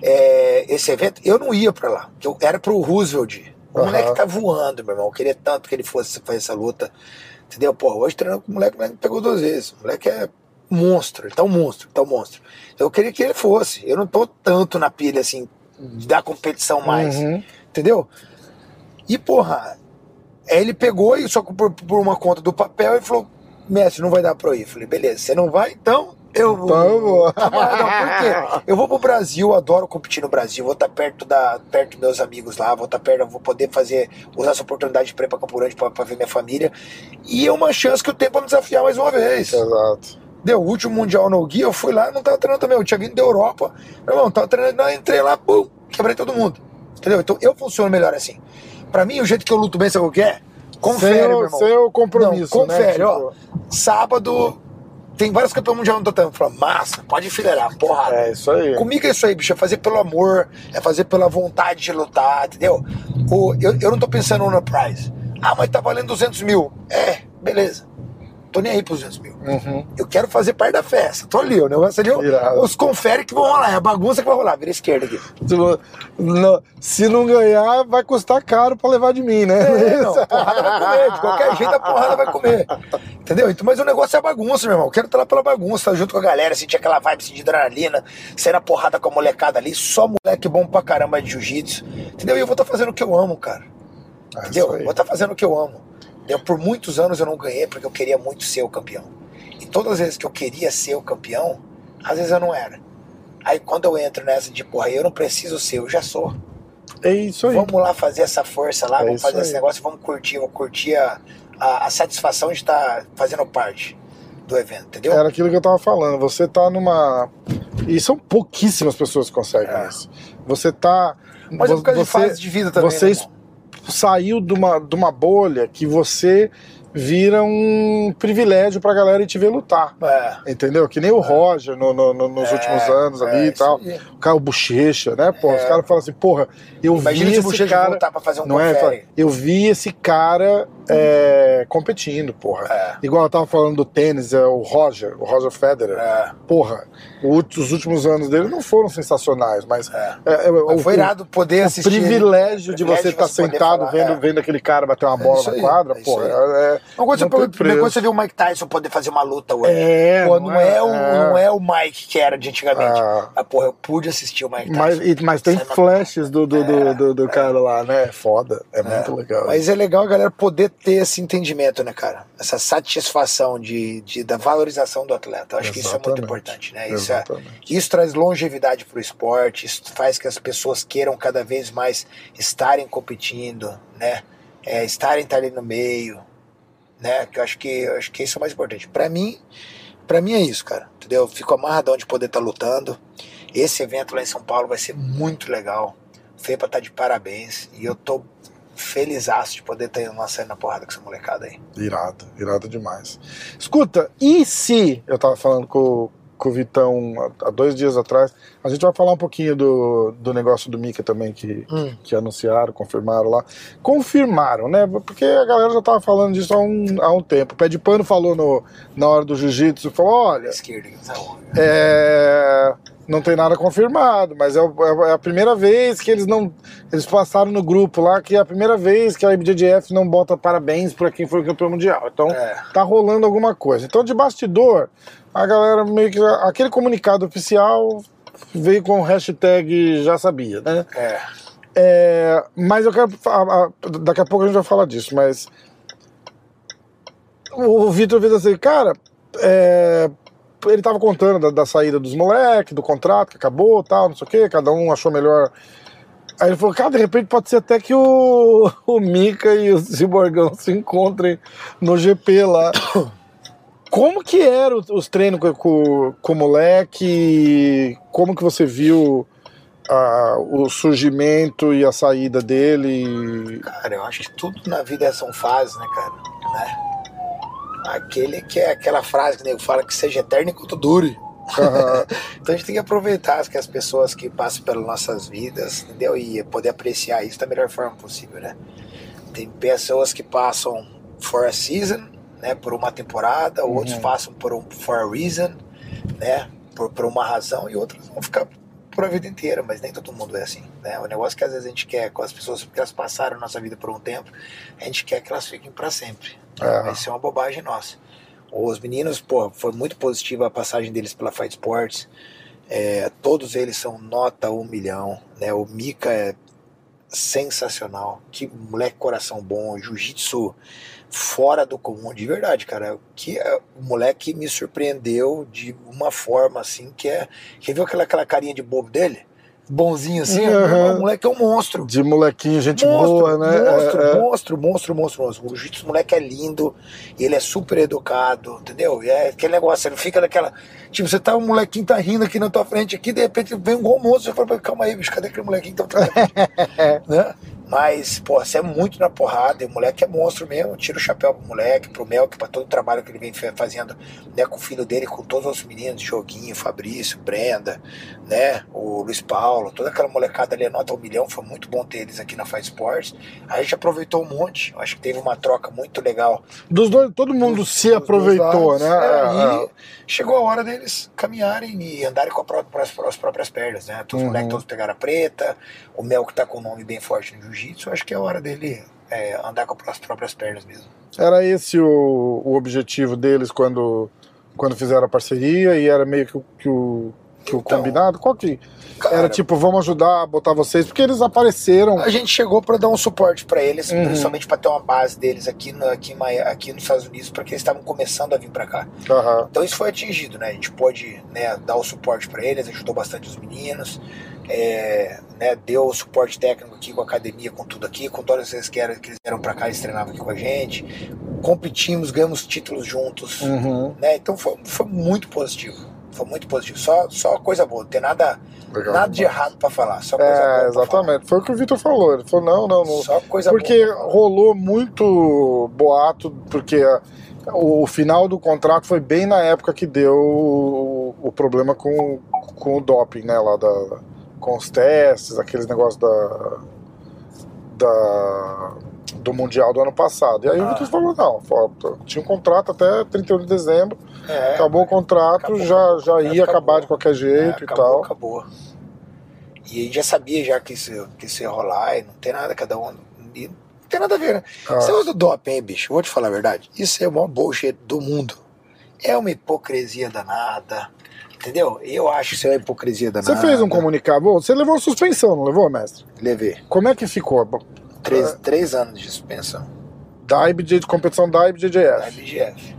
é, esse evento, eu não ia pra lá, que eu era pro Roosevelt. O Aham. moleque tá voando, meu irmão. Eu queria tanto que ele fosse fazer essa luta. Entendeu? Pô, hoje treinando com o moleque, o moleque pegou duas vezes. O moleque é monstro, ele tá um monstro, ele tá um monstro. Eu queria que ele fosse. Eu não tô tanto na pilha, assim, da competição mais. Uhum. Entendeu? E, porra, aí ele pegou e só que por, por uma conta do papel e falou: mestre, não vai dar pra eu ir. Eu falei, beleza, você não vai? Então eu vou. Então eu vou. Tá amarradão. Por quê? Eu vou pro Brasil, adoro competir no Brasil, vou estar perto da perto dos meus amigos lá, vou estar perto, eu vou poder fazer, usar essa oportunidade pra ir pra Campo Grande pra, pra ver minha família. E é uma chance que eu tenho pra me desafiar mais uma vez. Exato. Deu, o último Mundial no Gui, eu fui lá e não tava treinando também. Eu tinha vindo da Europa. Meu irmão, tava treinando, não, entrei lá, pum, quebrei todo mundo. Entendeu? Então eu funciono melhor assim. Pra mim, o jeito que eu luto bem, sabe o que é? Confere, sem, meu o, irmão. sem o compromisso, Não, confere, né? ó. Sábado, tem vários campeões mundiais no tatame. Fala, massa, pode enfileirar, porrada. É isso aí. Comigo é isso aí, bicho. É fazer pelo amor, é fazer pela vontade de lutar, entendeu? O, eu, eu não tô pensando no prize. Ah, mas tá valendo duzentos mil. É, beleza. Tô nem aí pros duzentos mil. Uhum. Eu quero fazer parte da festa. Tô ali, o negócio ali, Irado. os confere que vão rolar. É a bagunça que vai rolar. Vira esquerda aqui. Se não- não- Se não ganhar, vai custar caro pra levar de mim, né? É, não, a porrada vai comer. De qualquer jeito a porrada vai comer. Entendeu? Então, mas o negócio é a bagunça, meu irmão. Eu quero estar lá pela bagunça, estar junto com a galera, sentir aquela vibe, sentir adrenalina, sair na porrada com a molecada ali. Só moleque bom pra caramba de jiu-jitsu. Entendeu? E eu vou estar fazendo o que eu amo, cara. É Entendeu? isso aí. Vou estar fazendo o que eu amo. Eu, por muitos anos eu não ganhei porque eu queria muito ser o campeão. E todas as vezes que eu queria ser o campeão, às vezes eu não era. Aí quando eu entro nessa de porra, eu não preciso ser, eu já sou. É isso aí. Vamos lá fazer essa força lá, É vamos isso fazer aí. esse negócio, vamos curtir, vamos curtir a, a, a satisfação de estar fazendo parte do evento, entendeu? Era aquilo que eu tava falando, você tá numa... E são pouquíssimas pessoas que conseguem é. isso. Você tá... Mas é por causa você, de fase de vida também, Você né, saiu de uma, de uma bolha que você vira um privilégio pra galera e te ver lutar. É. Entendeu? Que nem o Roger no, no, no, nos é, últimos anos ali é, e tal. Aí. O cara, o Bochecha, né? Pô, é. Os caras falam assim, porra, eu Imagina vi se esse o Bochecha cara... voltar pra fazer um não é, eu vi esse cara é, competindo, porra. É. Igual eu tava falando do tênis, é o Roger, o Roger Federer. É. Porra, os últimos anos dele não foram sensacionais, mas... É. É, é, foi irado poder o assistir. Privilégio de você estar tá sentado falar, vendo, é. vendo aquele cara bater uma bola na quadra, é porra. É, Uma coisa, quando você vê o Mike Tyson poder fazer uma luta hoje. É, pô, não, não, é, é, o, não é o Mike que era de antigamente. Ah, ah, porra, eu pude assistir o Mike Tyson. Mas, e, mas tem flashes do, do, é, do, do, do cara é. lá, né? É foda. É, é muito legal. Mas é legal a galera poder ter esse entendimento, né, cara? Essa satisfação de, de, da valorização do atleta. Eu acho Exatamente. que isso é muito importante, né? Isso, é, isso traz longevidade pro esporte, isso faz que as pessoas queiram cada vez mais estarem competindo, né? É, estarem ali no meio, né? Que eu acho que eu acho que isso é o mais importante. Pra mim, pra mim é isso, cara. Entendeu? Eu fico amarradão de poder estar tá lutando. Esse evento lá em São Paulo vai ser muito legal. O Fepa tá de parabéns. E eu tô felizaço de poder estar tá saindo na porrada com essa molecada aí. Irado, irado demais. Escuta, e se eu tava falando com, com o Vitão há dois dias atrás, a gente vai falar um pouquinho do, do negócio do Mika também, que, hum. que anunciaram, confirmaram lá. Confirmaram, né? Porque a galera já tava falando disso há um, há um tempo. O Pé de Pano falou no, na hora do jiu-jitsu, falou, olha... Esquerda, é... Não tem nada confirmado, mas é, é a primeira vez que eles não... Eles passaram no grupo lá que é a primeira vez que a I B J J F não bota parabéns pra quem foi campeão mundial. Então é. tá rolando alguma coisa. Então de bastidor, a galera meio que... Aquele comunicado oficial veio com o hashtag já sabia, né? É. É, mas eu quero... Daqui a pouco a gente vai falar disso, mas... O Vitor fez assim, cara... É... Ele tava contando da, da saída dos moleques, do contrato que acabou, tal, não sei o que, cada um achou melhor. Aí ele falou, cara, de repente pode ser até que o, o Mika e o Ciborgão se encontrem no G P lá. Como que eram os treinos com, com, com o moleque? Como que você viu a, o surgimento e a saída dele? Cara, eu acho que tudo na vida são fases, né, cara? Né? Aquele que é aquela frase que o nego fala que seja eterno enquanto dure. Uhum. Então a gente tem que aproveitar que as pessoas que passam pelas nossas vidas, entendeu? E poder apreciar isso da melhor forma possível, né? Tem pessoas que passam for a season, né? Por uma temporada, uhum. outros passam por um for a reason, né? Por, por uma razão, e outros vão ficar por a vida inteira, mas nem todo mundo é assim, né? O negócio que às vezes a gente quer com as pessoas, porque elas passaram a nossa vida por um tempo, a gente quer que elas fiquem para sempre. É. Isso é uma bobagem nossa. Os meninos, pô, foi muito positiva a passagem deles pela Fight Sports. É, todos eles são nota um milhão, né? O Mika é sensacional. Que moleque coração bom, jiu-jitsu fora do comum, de verdade, cara. Que é, o moleque me surpreendeu de uma forma assim que é. Quer ver aquela, aquela carinha de bobo dele? Bonzinho assim, uhum. O moleque é um monstro. De molequinho, gente monstro, boa, né? Monstro, é, é. monstro, monstro, monstro, monstro. O jiu-jitsu, moleque é lindo, e ele é super educado, entendeu? E é aquele negócio, ele fica naquela. Tipo, você tá, um molequinho tá rindo aqui na tua frente, aqui, de repente vem um gol monstro, você fala, calma aí, bicho, cadê aquele molequinho que tá né? Mas, pô, você é muito na porrada, e o moleque é monstro mesmo, tira o chapéu pro moleque, pro Melk, pra todo o trabalho que ele vem fazendo, né, com o filho dele, com todos os meninos, Joguinho, Fabrício, Brenda, né, o Luiz Paulo, toda aquela molecada ali, nota um milhão, foi muito bom ter eles aqui na Fight Sports. A gente aproveitou um monte, acho que teve uma troca muito legal. Dos dois, todo mundo dos, se dos aproveitou, né? É, e chegou a hora deles caminharem e andarem com a própria, as próprias pernas, né, todos os uhum. moleques todos pegaram a preta, o Melk tá com um nome bem forte no jiu-jitsu. Acho que é a hora dele é, andar com as próprias pernas mesmo. Era esse o, o objetivo deles quando, quando fizeram a parceria, e era meio que, o, que, o, que o então, combinado? Qual que cara, era? Tipo, vamos ajudar a botar vocês, porque eles apareceram. A gente chegou para dar um suporte para eles, uhum. principalmente para ter uma base deles aqui, no, aqui, aqui nos Estados Unidos, porque eles estavam começando a vir para cá. Uhum. Então isso foi atingido, né? A gente pôde, né, dar o suporte para eles, ajudou bastante os meninos. É, né, deu o suporte técnico aqui com a academia, com tudo aqui, com todas as vezes que, era, que eles vieram pra cá, eles treinavam aqui com a gente. competimos, ganhamos títulos juntos, Uhum. né? Então foi, foi muito positivo, foi muito positivo, só, só coisa boa, não tem nada, Legal nada de demais. errado pra falar, só coisa boa É, pra exatamente. Foi o que o Vitor falou. Ele falou, não, não, falar. não. Só coisa Porque boa pra falar. rolou muito boato, porque a- o, o final do contrato foi bem na época que deu o, o problema com, com o doping, né? Lá da, com os testes, aqueles negócios da, da, do Mundial do ano passado. E aí Ah. o Vitor falou, não, falou, tinha um contrato até trinta e um de dezembro, É, acabou o contrato, acabou, já, acabou, já acabou, ia acabou. acabar de qualquer jeito é, e acabou, tal. acabou. E a gente já sabia já que isso, que isso ia rolar, e não tem nada, cada um... e não tem nada a ver, né? Ah. Esse negócio do doping, hein, bicho? Vou te falar a verdade. Isso é o maior bullshit do mundo. É uma hipocrisia danada. Entendeu? Eu acho que isso é uma hipocrisia danada. Você fez um comunicado, bom, você levou suspensão, não levou, mestre? Levei. Como é que ficou? Três, É. três anos de suspensão. Da I B J, de competição da I B J J Da F. I B G F.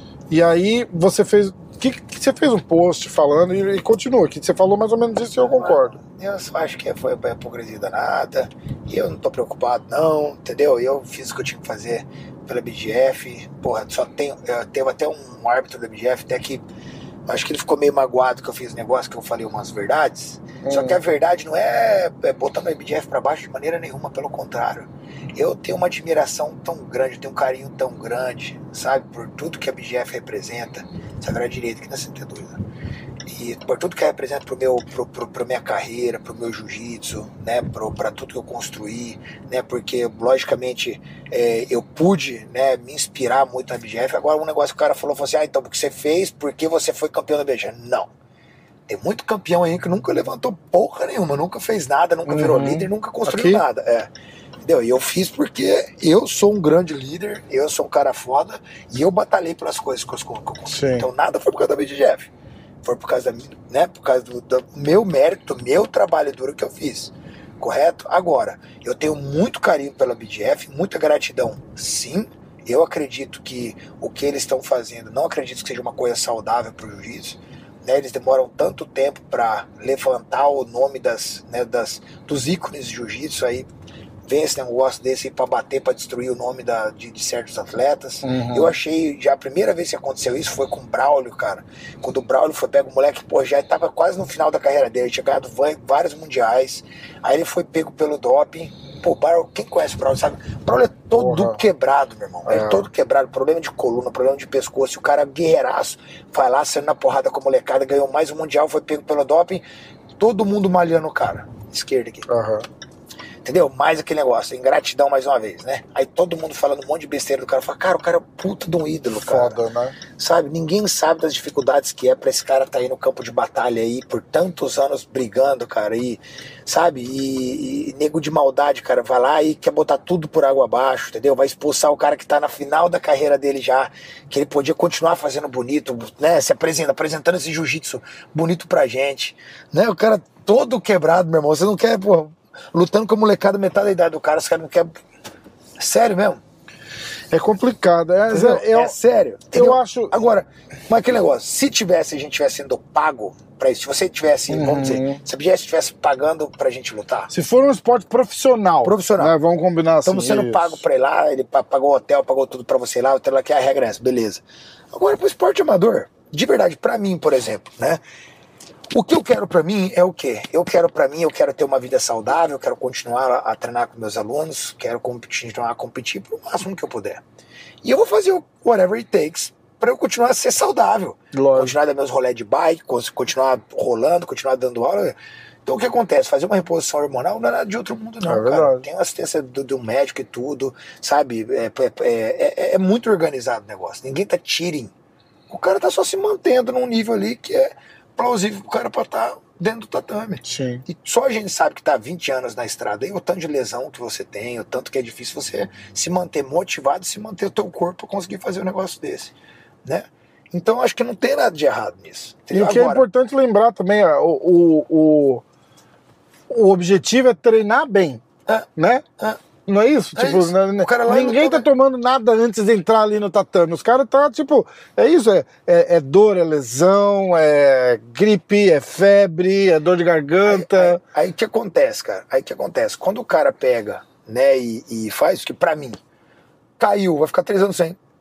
E aí você fez. Que, que você fez um post falando e, e continua, que você falou mais ou menos isso e eu concordo. Eu só acho que foi uma hipocrisia danada. E eu não tô preocupado, não. Entendeu? Eu fiz o que eu tinha que fazer pela I B G F. Porra, só tenho. Teve até um árbitro da I B G F, até que. Acho que ele ficou meio magoado que eu fiz negócio, que eu falei umas verdades. Hum. Só que a verdade não é, é botando a I B G F pra baixo de maneira nenhuma, pelo contrário. Eu tenho uma admiração tão grande, tenho um carinho tão grande, sabe, por tudo que a I B G F representa, sabe, direito, que não se tem dúvida. E por tudo que representa pro meu, pro, pro, pra minha carreira, pro meu jiu-jitsu, né, pro, pra tudo que eu construí, né, porque, logicamente, é, eu pude, né, me inspirar muito na I B G F. Agora, um negócio que o cara falou, falou assim, ah, então, porque você fez, porque você foi campeão da I B G F. Não. Tem muito campeão aí que nunca levantou porra nenhuma, nunca fez nada, nunca uhum. virou líder, nunca construiu Aqui? nada. É. Entendeu? E eu fiz porque eu sou um grande líder, eu sou um cara foda, e eu batalhei pelas coisas que eu consegui. Então, nada foi por causa da I B G F. Foi por causa, da, né, por causa do, do meu mérito, do meu trabalho duro que eu fiz. Correto? Agora, eu tenho muito carinho pela B G F, muita gratidão, sim. Eu acredito que o que eles estão fazendo, não acredito que seja uma coisa saudável para o jiu-jitsu. Né, eles demoram tanto tempo para levantar o nome das, né, das, dos ícones de jiu-jitsu, aí vem esse negócio desse aí pra bater, pra destruir o nome da, de, de certos atletas. Uhum. Eu achei, já a primeira vez que aconteceu isso foi com o Braulio, cara. Quando o Braulio foi pego, o moleque, pô, já tava quase no final da carreira dele, tinha ganhado vários mundiais, aí ele foi pego pelo doping. Pô, Braulio, quem conhece o Braulio sabe? O Braulio é todo Porra. quebrado, meu irmão. É. Ele é todo quebrado, problema de coluna, problema de pescoço. E o cara guerreiraço, vai lá, saindo na porrada com a molecada, ganhou mais um mundial, foi pego pelo doping. Todo mundo malhando o cara. Esquerda aqui. Aham. Uhum. Entendeu? Mais aquele negócio, ingratidão mais uma vez, né? Aí todo mundo falando um monte de besteira do cara, fala, cara, o cara é puta de um ídolo, cara. Foda, né? Sabe? Ninguém sabe das dificuldades que é pra esse cara tá aí no campo de batalha aí, por tantos anos brigando, cara, e, sabe? E, e nego de maldade, cara, vai lá e quer botar tudo por água abaixo, entendeu? Vai expulsar o cara que tá na final da carreira dele já, que ele podia continuar fazendo bonito, né? Se apresenta, apresentando esse jiu-jitsu bonito pra gente, né? O cara todo quebrado, meu irmão, você não quer, pô, lutando com a molecada metade da idade do cara, os caras não querem. Sério mesmo? É complicado, é, é, é sério. Entendeu? Eu acho. Agora, mas aquele negócio, se tivesse, a gente tivesse sendo pago pra isso, se você tivesse, uhum. vamos dizer, se a B G S estivesse pagando pra gente lutar. Se for um esporte profissional. Profissional. Né, vamos combinar assim. Estamos sendo isso. pago pra ir lá, ele pagou o hotel, pagou tudo pra você ir lá, o hotel lá que é a regra é essa, beleza. Agora, pro esporte amador, de verdade, pra mim, por exemplo, né? O que eu quero pra mim é o quê? Eu quero pra mim, eu quero ter uma vida saudável, eu quero continuar a, a treinar com meus alunos, quero continuar a competir pro máximo que eu puder. E eu vou fazer o whatever it takes pra eu continuar a ser saudável. Lógico. Continuar a dar meus rolés de bike, continuar rolando, continuar dando aula. Então o que acontece? Fazer uma reposição hormonal não é nada de outro mundo não, é cara. Tem assistência do, do médico e tudo, sabe? É, é, é, é muito organizado o negócio. Ninguém tá cheating. O cara tá só se mantendo num nível ali que é plausível pro cara pra estar dentro do tatame. Sim. E só a gente sabe que tá vinte anos na estrada e o tanto de lesão que você tem, o tanto que é difícil você se manter motivado e se manter o teu corpo pra conseguir fazer um negócio desse, né? Então acho que não tem nada de errado nisso. E o que Agora, é importante lembrar também, ó, o, o, o, o objetivo é treinar bem, é, né? É. Não é isso? É tipo, isso. Né, o cara lá ninguém tá tomando nada antes de entrar ali no tatame. Os caras tá, tipo, é isso, é, é, é dor, é lesão, é gripe, é febre, é dor de garganta. Aí o que acontece, cara? Aí que acontece? Quando o cara pega, né, e, e faz, que pra mim, caiu, vai ficar três anos sem.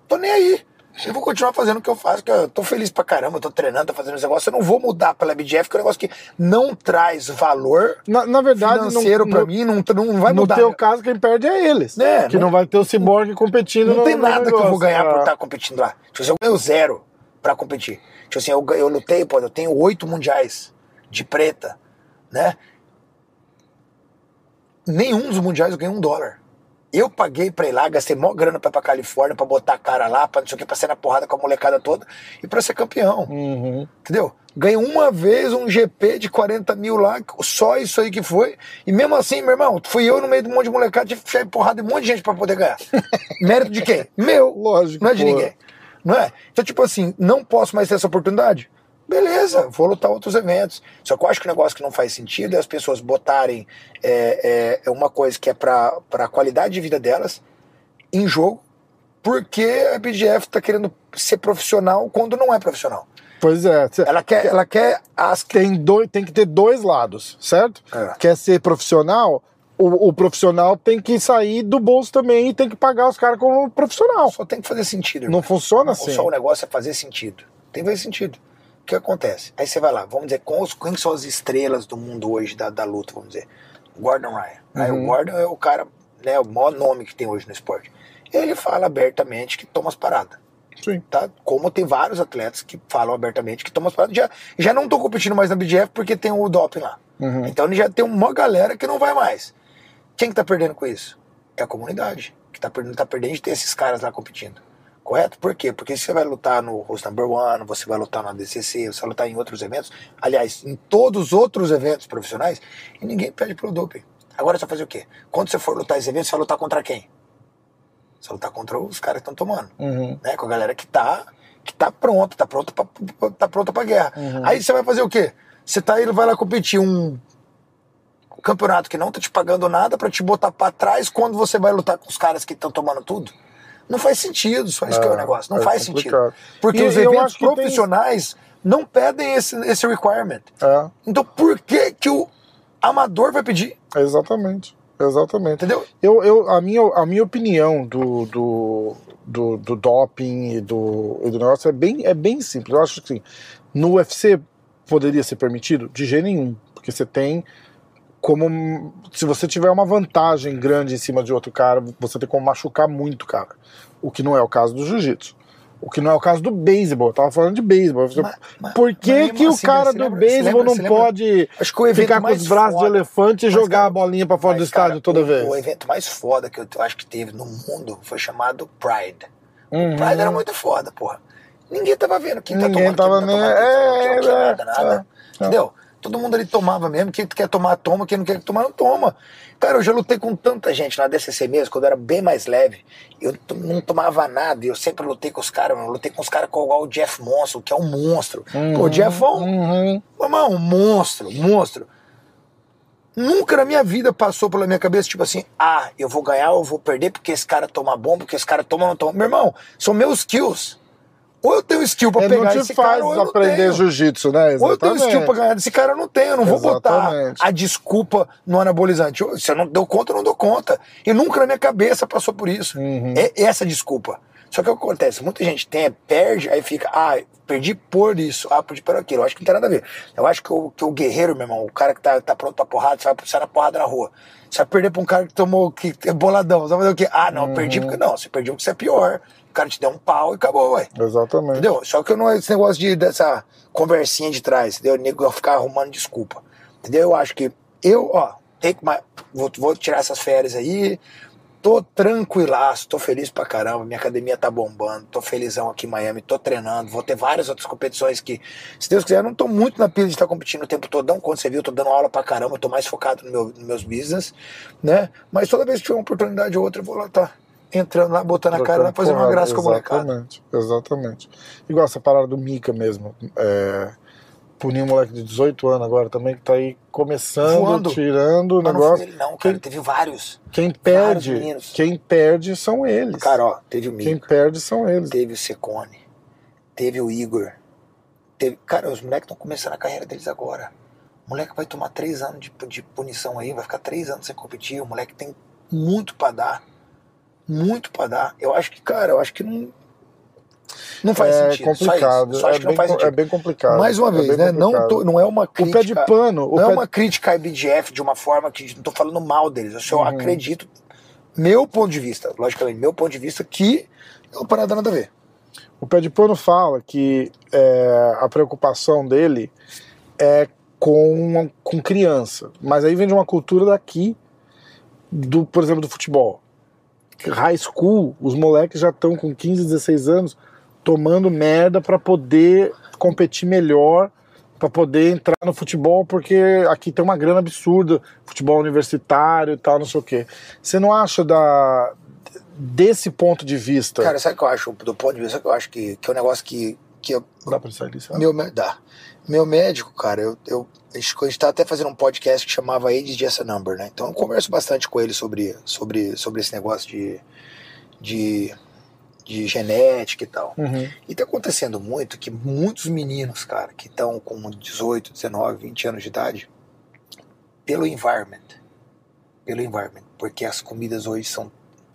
Tô nem aí. Eu vou continuar fazendo o que eu faço, que eu tô feliz pra caramba, eu tô treinando, tô fazendo esse negócio. Eu não vou mudar pela B D F, que é um negócio que não traz valor na, na verdade, financeiro não, pra no, mim, não, não vai no mudar. No teu caso, quem perde é eles. É, que não, não vai ter o Cyborg competindo não no tem no nada negócio. que eu vou ganhar ah. por estar competindo lá. Tipo assim, eu ganho zero pra competir. Tipo assim, eu, eu lutei, pô, eu tenho oito mundiais de preta, né? Nenhum dos mundiais eu ganhei um dólar. Eu paguei pra ir lá, gastei mó grana pra ir pra Califórnia, pra botar a cara lá, pra não sei o que, pra ser na porrada com a molecada toda e pra ser campeão. Uhum. Entendeu? Ganhei uma vez um G P de quarenta mil lá, só isso aí que foi. E mesmo assim, meu irmão, fui eu no meio de um monte de molecada, tive que porrada de um monte de gente pra poder ganhar. Mérito de quem? Meu. Lógico. Não é de pô. ninguém. Não é? Então, tipo assim, não posso mais ter essa oportunidade? Beleza, vou lutar outros eventos. Só que eu acho que o negócio que não faz sentido é as pessoas botarem é, é, uma coisa que é pra, pra qualidade de vida delas em jogo, porque a B D F tá querendo ser profissional quando não é profissional. Pois é. Ela quer, ela quer as... Tem, dois, tem que ter dois lados, certo? É. Quer ser profissional, o, o profissional tem que sair do bolso também e tem que pagar os caras como profissional. Só tem que fazer sentido. Não irmão. funciona não, assim. Só o negócio é fazer sentido. Tem que fazer sentido. O que acontece? Aí você vai lá, vamos dizer, quem são as estrelas do mundo hoje da, da luta, vamos dizer? Gordon Ryan. Uhum. Aí o Gordon é o cara, né, o maior nome que tem hoje no esporte. Ele fala abertamente que toma as paradas. Sim. Tá? Como tem vários atletas que falam abertamente que tomam as paradas. Já, já não estão competindo mais na B D F porque tem o doping lá. Uhum. Então já tem uma galera que não vai mais. Quem que tá perdendo com isso? É a comunidade. Que tá perdendo, tá perdendo de ter esses caras lá competindo. Correto? Por quê? Porque você vai lutar no Host Number One, você vai lutar no A D C C, você vai lutar em outros eventos. Aliás, em todos os outros eventos profissionais, e ninguém pede pelo doping. Agora você vai fazer o quê? Quando você for lutar esses eventos, você vai lutar contra quem? Você vai lutar contra os caras que estão tomando. Uhum. Né? Com a galera que tá, que tá pronta, tá pronta pra, tá pronta pra guerra. Uhum. Aí você vai fazer o quê? Você tá aí, vai lá competir um campeonato que não tá te pagando nada pra te botar pra trás quando você vai lutar com os caras que estão tomando tudo? Não faz sentido, só isso é, que é o negócio. Não é faz complicado. sentido. Porque e, os eventos que profissionais tem... não pedem esse, esse requirement. É. Então por que que o amador vai pedir? Exatamente. Exatamente. Entendeu? Eu, eu, a, minha, a minha opinião do, do, do, do doping e do, e do negócio é bem, é bem simples. Eu acho que assim, no U F C poderia ser permitido? De jeito nenhum. Porque você tem como... Se você tiver uma vantagem grande em cima de outro cara, você tem como machucar muito, cara. O que não é o caso do jiu-jitsu. O que não é o caso do beisebol. Eu tava falando de beisebol. Por que que o cara do beisebol não pode ficar com os braços de elefante e jogar a bolinha pra fora do estádio toda vez? O evento mais foda que eu acho que teve no mundo foi chamado Pride. Uhum. O Pride era muito foda, porra. Ninguém tava vendo quem tá Ninguém tomando, tava quem nem... não tá tomando, quem é, nada, nada. é, Entendeu? Todo mundo ali tomava mesmo, quem quer tomar, toma, quem não quer tomar, não toma. Cara, eu já lutei com tanta gente na D C C mesmo, quando eu era bem mais leve, eu não tomava nada, eu sempre lutei com os caras, eu lutei com os caras igual o Jeff Monstro, que é um monstro. Uhum, Pô, o Jeff é um, uhum. Irmão, um monstro, um monstro. Nunca na minha vida passou pela minha cabeça, tipo assim, ah, eu vou ganhar ou eu vou perder porque esse cara toma bom, porque esse cara toma ou não toma. Meu irmão, são meus skills. Ou eu tenho skill pra é, pegar não esse cara, ou eu não aprender tenho. jiu-jitsu, né? Exatamente. Ou eu tenho skill pra ganhar desse cara, eu não tenho. Eu não vou Exatamente. botar a desculpa no anabolizante. Se eu não dou conta, eu não dou conta. E nunca na minha cabeça passou por isso. Uhum. É essa desculpa. Só que o que acontece? Muita gente tem, perde, aí fica, ah, perdi por isso, ah, perdi por aquilo. Eu acho que não tem nada a ver. Eu acho que o, que o guerreiro, meu irmão, o cara que tá, tá pronto pra porrada, você vai sair na porrada na rua. Você vai perder pra um cara que tomou, que é boladão. Você vai fazer o quê? Ah, não, uhum. perdi porque não. Você perdeu porque você é pior. O cara te deu um pau e acabou, ué. Exatamente. Entendeu? Só que eu não é esse negócio de, dessa conversinha de trás, entendeu? O nego ficar arrumando desculpa. Entendeu? Eu acho que eu, ó, tem que, vou, vou tirar essas férias aí, tô tranquilaço, tô feliz pra caramba, minha academia tá bombando, tô felizão aqui em Miami, tô treinando, vou ter várias outras competições que, se Deus quiser, eu não tô muito na pilha de estar competindo o tempo todo, quando você viu, eu tô dando aula pra caramba, eu tô mais focado no meu, nos meus business, né? Mas toda vez que tiver uma oportunidade ou outra, eu vou lá, tá entrando lá, botando a cara lá, fazendo uma graça com a molecada. Exatamente, exatamente. Igual essa parada do Mika mesmo, é, punir um moleque de dezoito anos agora também, que tá aí começando, voando, tirando o mas negócio. Não foi ele não, cara, quem, teve vários. Quem perde, quem perde são eles. Cara, ó, teve o Mika. Quem perde são eles. Teve o Secone, teve o Igor. Teve, cara, os moleques estão começando a carreira deles agora. O moleque vai tomar três anos de, de punição aí, vai ficar três anos sem competir. O moleque tem muito pra dar. Muito pra dar. Eu acho que, cara, eu acho que não, Não faz é sentido. complicado. Só, só acho é, que bem, não faz sentido. é bem complicado. Mais uma é vez, né? Não, tô, não é uma crítica. O pé de pano. O não pé é uma crítica à I B G F de uma forma que não tô falando mal deles. Eu só Uhum. acredito, meu ponto de vista, logicamente, meu ponto de vista, que é uma parada nada a ver. O pé de pano fala que é, a preocupação dele é com, com criança. Mas aí vem de uma cultura daqui, do, por exemplo, do futebol. High school, os moleques já estão com quinze, dezesseis anos tomando merda para poder competir melhor, para poder entrar no futebol, porque aqui tem uma grana absurda, futebol universitário e tal, não sei o quê. Você não acha da, desse ponto de vista... Cara, sabe o que eu acho? Do ponto de vista que eu acho que, que é um negócio que... que eu, Dá pra sair disso? Meu, dá. Meu médico, cara, eu, eu, a gente tá até fazendo um podcast que chamava Age is Just a Number, né? Então eu converso bastante com ele sobre, sobre, sobre esse negócio de, de, de genética e tal. Uhum. E tá acontecendo muito que muitos meninos, cara, que estão com dezoito, dezenove, vinte anos de idade, pelo environment, pelo environment, porque as comidas hoje são,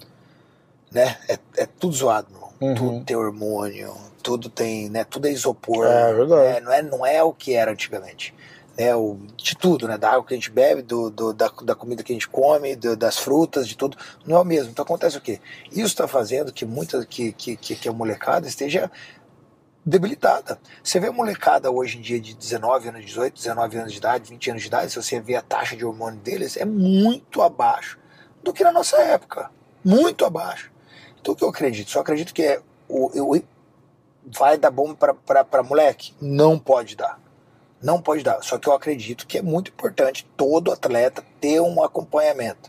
né, é, é tudo zoado, meu. Uhum. Tudo tem hormônio, tudo tem, né, tudo é isopor, É verdade. né, não, é, não é o que era antigamente, né, o, de tudo, né, da água que a gente bebe, do, do, da, da comida que a gente come, do, das frutas, de tudo, não é o mesmo. Então acontece o quê? Isso está fazendo que muita, que, que, que, que a molecada esteja debilitada. Você vê a molecada hoje em dia de dezenove anos, dezoito, dezenove anos de idade, vinte anos de idade, se você vê a taxa de hormônio deles, é muito abaixo do que na nossa época, muito abaixo. Então o que eu acredito? Só acredito que é o, o, vai dar bom para moleque? Não pode dar. Não pode dar. Só que eu acredito que é muito importante todo atleta ter um acompanhamento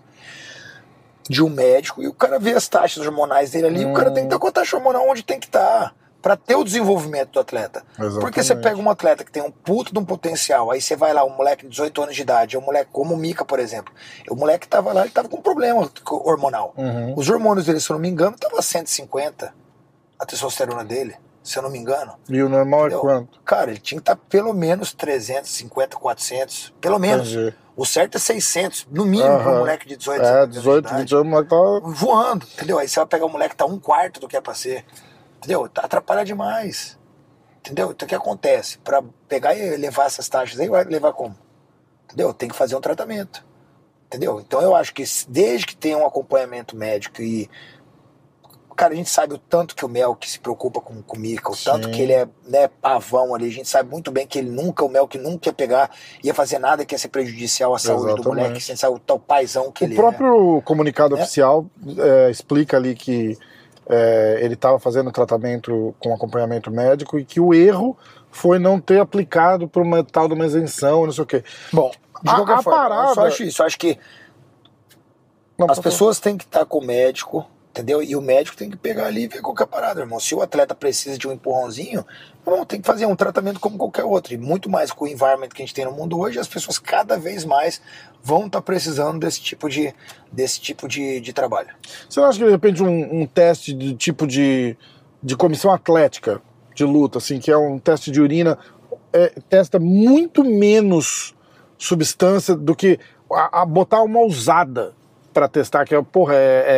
de um médico e o cara ver as taxas hormonais dele ali, hum. o cara tem que estar com a taxa hormonal onde tem que estar para ter o desenvolvimento do atleta. Exatamente. Porque você pega um atleta que tem um puto de um potencial, aí você vai lá, um moleque de dezoito anos de idade, um moleque como o Mika, por exemplo. O moleque tava lá, ele tava com um problema hormonal. Uhum. Os hormônios dele, se eu não me engano, tava cento e cinquenta, a testosterona dele, se eu não me engano. E o normal Entendeu? é quanto? Cara, ele tinha que estar pelo menos trezentos e cinquenta, quatrocentos, pelo menos. Entendi. O certo é seiscentos, no mínimo, uhum. para um moleque de dezoito, é, dezoito, vinte anos, o moleque tá voando, entendeu? Aí você vai pegar um moleque que tá um quarto do que é pra ser. Entendeu? Atrapalha demais. Entendeu? Então o que acontece? Para pegar e levar essas taxas aí, vai levar como? Entendeu? Tem que fazer um tratamento. Entendeu? Então eu acho que desde que tenha um acompanhamento médico e... Cara, a gente sabe o tanto que o Melk se preocupa com, com o Mika, o Sim. tanto que ele é, né, pavão ali. A gente sabe muito bem que ele nunca, o Melk nunca ia pegar, ia fazer nada que ia ser prejudicial à saúde Exatamente. do moleque, sem saber o tal paizão que o ele é. O próprio comunicado né? oficial é, explica ali que É, ele estava fazendo tratamento com acompanhamento médico e que o erro foi não ter aplicado por uma tal de uma isenção, não sei o quê. Bom, de a, qualquer a forma, parada... eu só acho isso, eu acho que não, as pessoas têm que estar com o médico, entendeu? E o médico tem que pegar ali e ver qualquer parada, irmão. Se o atleta precisa de um empurrãozinho, irmão, tem que fazer um tratamento como qualquer outro. E muito mais com o environment que a gente tem no mundo hoje, as pessoas cada vez mais vão estar tá precisando desse tipo de, desse tipo de, de trabalho. Você não acha que de repente um, um teste de tipo de, de comissão atlética de luta, assim, que é um teste de urina, é, testa muito menos substância do que a, a botar uma ousada para testar, que é, porra,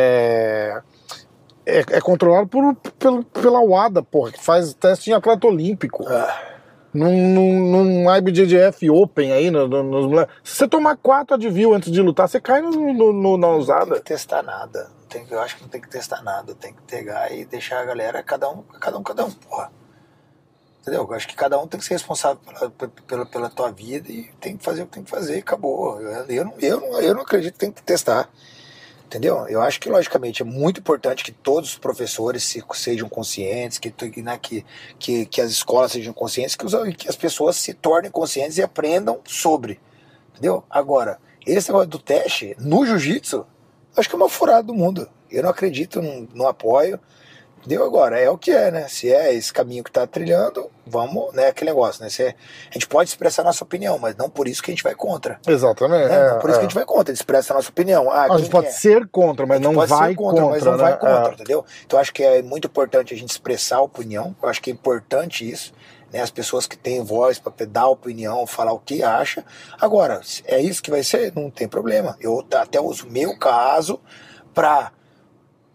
é, é, é, é controlado por, pelo, pela U A D A, porra, que faz teste em atleta olímpico. Ah. Num, num, num I B J J F Open aí, no, no, nos, se você tomar quatro Advil antes de lutar, você cai no, no, no, na ousada. Não tem que testar nada. Tem, eu acho que não tem que testar nada. Tem que pegar e deixar a galera, cada um, cada um, cada um, porra. Entendeu? Eu acho que cada um tem que ser responsável pela, pela, pela tua vida e tem que fazer o que tem que fazer e acabou. Eu, eu, não, eu, não, eu não acredito que tem que testar. Entendeu? Eu acho que, logicamente, é muito importante que todos os professores se, sejam conscientes, que, né, que, que, que as escolas sejam conscientes, que, os, que as pessoas se tornem conscientes e aprendam sobre. Entendeu? Agora, esse negócio do teste, no jiu-jitsu, acho que é uma furada do mundo. Eu não acredito, não, não apoio. Entendeu? Agora, é o que é, né? Se é esse caminho que tá trilhando, vamos, né? Aquele negócio, né? Se é, a gente pode expressar a nossa opinião, mas não por isso que a gente vai contra. Exatamente. Né? É, não por isso é. que a gente vai contra, a gente expressa a nossa opinião. Ah, a gente pode quer? ser contra, mas não vai contra, contra. Mas não né? vai contra, é. entendeu? Então acho que é muito importante a gente expressar a opinião, eu acho que é importante isso, né? As pessoas que têm voz para dar a opinião, falar o que acha. Agora, é isso que vai ser? Não tem problema. Eu até uso o meu caso para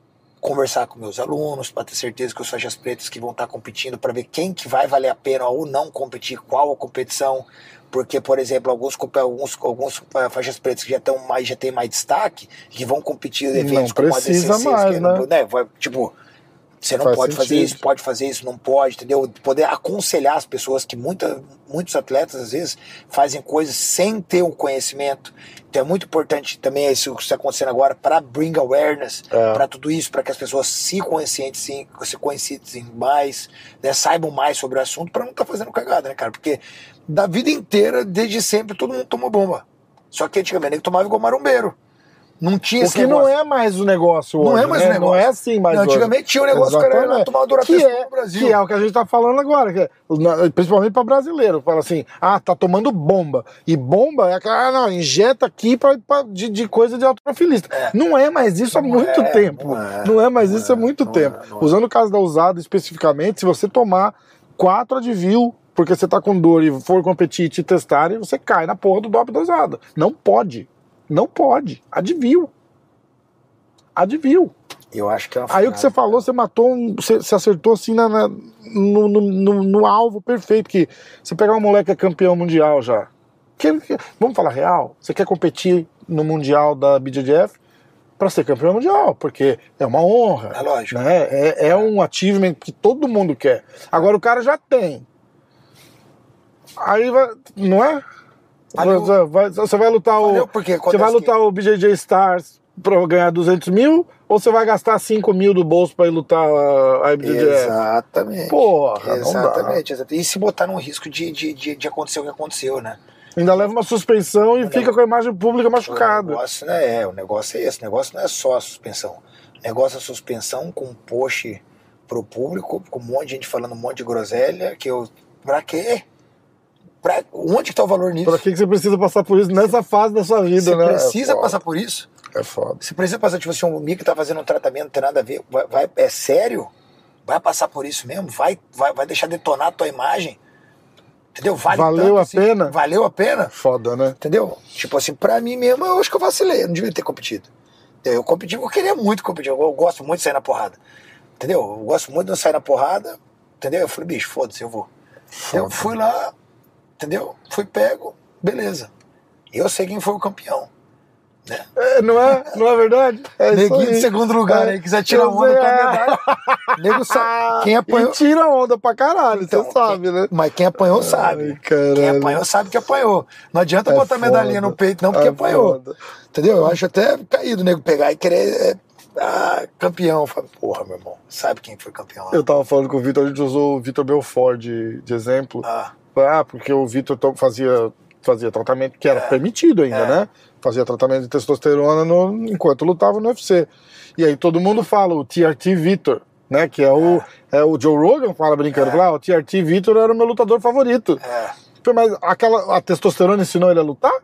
conversar com meus alunos, para ter certeza que os faixas pretas que vão estar competindo, para ver quem que vai valer a pena ou não competir, qual a competição, porque, por exemplo, alguns, alguns, alguns faixas pretas que já, tão mais, já tem mais destaque, que vão competir em eventos não como a precisa D C C, mais, que, né? né, vai, tipo... Você não Faz pode sentido. fazer isso, pode fazer isso, não pode, entendeu? Poder aconselhar as pessoas, que muita, muitos atletas, às vezes, fazem coisas sem ter um conhecimento. Então é muito importante também isso que está acontecendo agora para bring awareness, É. para tudo isso, para que as pessoas se conscienciem, se conscienciem mais, né, saibam mais sobre o assunto, para não estar tá fazendo cagada, né, cara? Porque da vida inteira, desde sempre, todo mundo tomou bomba. Só que antigamente ele tomava igual marombeiro. Não tinha esse Porque negócio. não é mais o negócio hoje, Não é mais né? o negócio. Não é assim mais Não, hoje. antigamente tinha o negócio, o cara ia lá tomar uma Durafest que é, no Brasil. Que é o que a gente tá falando agora, que é, principalmente para brasileiro. Fala assim, ah, tá tomando bomba. E bomba é aquela, ah, não, injeta aqui pra, pra, de, de coisa de autoprofilista. É. Não é mais isso há Não muito é, tempo. não é, não é mais não isso é, há muito não tempo. é, não é. Usando o caso da usada especificamente, se você tomar quatro Advil, porque você tá com dor e for competir e te testarem, você cai na porra do dope da usada. Não pode. Não pode. Advil. Advil. Eu acho que é uma Aí o que você falou, você matou, um, você, você acertou assim na, na, no, no, no, no alvo perfeito, que você pegar um moleque que é campeão mundial já, que, que, vamos falar real, você quer competir no mundial da B J J F para ser campeão mundial, porque é uma honra. É lógico. Né? É, é um achievement que todo mundo quer. Agora o cara já tem. Aí vai, não é? Valeu. Você vai, você vai lutar Valeu, o. porque Você vai lutar que... o B J J Stars pra ganhar duzentos mil, ou você vai gastar cinco mil do bolso pra ir lutar a, a B J J F? Exatamente. Porra, exatamente, exatamente. E se botar num risco de, de, de, de acontecer o que aconteceu, né? Ainda leva uma suspensão e o fica negócio, com a imagem pública machucada. O negócio, né, é, o negócio é esse, o negócio não é só a suspensão. O negócio é a suspensão com um post pro público, com um monte de gente falando um monte de groselha, que eu... Pra quê? Pra, onde que tá o valor nisso? Pra que você precisa passar por isso nessa fase da sua vida, você né? Você precisa é passar por isso? É foda. Você precisa passar, tipo assim, um amigo que tá fazendo um tratamento, não tem nada a ver, vai, vai, é sério? Vai passar por isso mesmo? Vai, vai, vai deixar detonar a tua imagem? Entendeu? Vale valeu tanto, a assim, pena? Valeu a pena? Foda, né? Entendeu? Tipo assim, pra mim mesmo, eu acho que eu vacilei, eu não devia ter competido. Entendeu? Eu competi, eu queria muito competir, eu, eu gosto muito de sair na porrada. Entendeu? Eu gosto muito de sair na porrada, entendeu? Eu falei, bicho, foda-se, eu vou. Eu fui lá, entendeu? Fui pego, beleza. Eu sei quem foi o campeão. Né? É, não é? Não é verdade? É Neguinho de segundo lugar, aí, quiser tirar onda com a medalha. Nego sabe. Quem apanhou. E tira onda pra caralho, Então, você sabe, quem, né? Mas quem apanhou sabe. Ai, caralho. Quem apanhou sabe que apanhou. Não adianta É botar foda. medalhinha no peito, não, porque É apanhou. foda. Entendeu? Eu acho até caído o nego pegar e querer. É, ah, campeão. Fala, porra, meu irmão. Sabe quem foi campeão lá? Eu tava falando com o Vitor, a gente usou o Vitor Belfort de, de exemplo. Ah. Ah, porque o Vitor fazia, fazia tratamento que era É. permitido ainda, É. né? Fazia tratamento de testosterona no, enquanto lutava no U F C. E aí todo mundo fala o T R T Vitor, né? Que é o, é. o Joe Rogan fala brincando, É. fala, ah, o T R T Vitor era o meu lutador favorito. É. Mas aquela, a testosterona ensinou ele a lutar?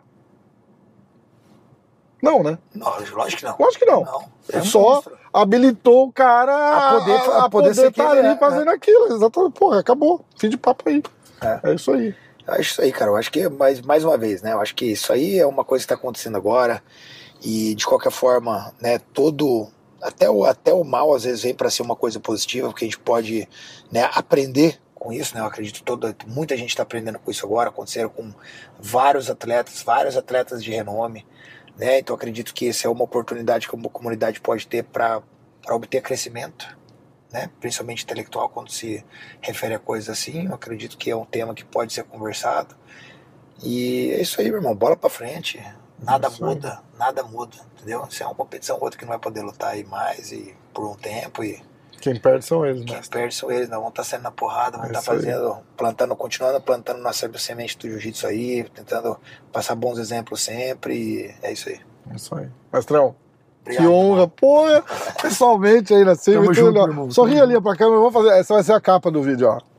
Não, né? Não, lógico que não. Lógico que não. Não. Ele É um só monstro. habilitou o cara A poder- a, a poder ser estar quem ele ali é, fazendo é. aquilo. Exatamente. Porra, acabou. Fim de papo aí. É. É isso aí. Eu acho isso aí, cara. Eu acho que, mais, mais uma vez, né? Eu acho que isso aí é uma coisa que está acontecendo agora. E, de qualquer forma, né? Todo... Até o, até o mal, às vezes, vem para ser uma coisa positiva, porque a gente pode, né, aprender com isso, né? Eu acredito toda, muita gente está aprendendo com isso agora. Aconteceram com vários atletas, vários atletas de renome, né? Então, eu acredito que essa é uma oportunidade que uma comunidade pode ter para obter crescimento, né? Principalmente intelectual, quando se refere a coisas assim. Eu acredito que é um tema que pode ser conversado. E é isso aí, meu irmão. Bola pra frente. Nada Isso aí. muda, nada muda, entendeu? Se é uma competição, outra que não vai poder lutar aí mais e por um tempo, e Quem perde são eles, quem né? perde são eles, não vão estar saindo na porrada, vão É estar isso aí. fazendo, plantando, continuando plantando nossa semente do jiu-jitsu aí, tentando passar bons exemplos sempre, e é isso aí. É isso aí. Mestrão, Obrigado, que honra, pô, pessoalmente aí, assim, Tamo muito junto, legal. meu irmão. Sorri Tamo ali pra câmera, vamos fazer, essa vai ser a capa do vídeo, ó.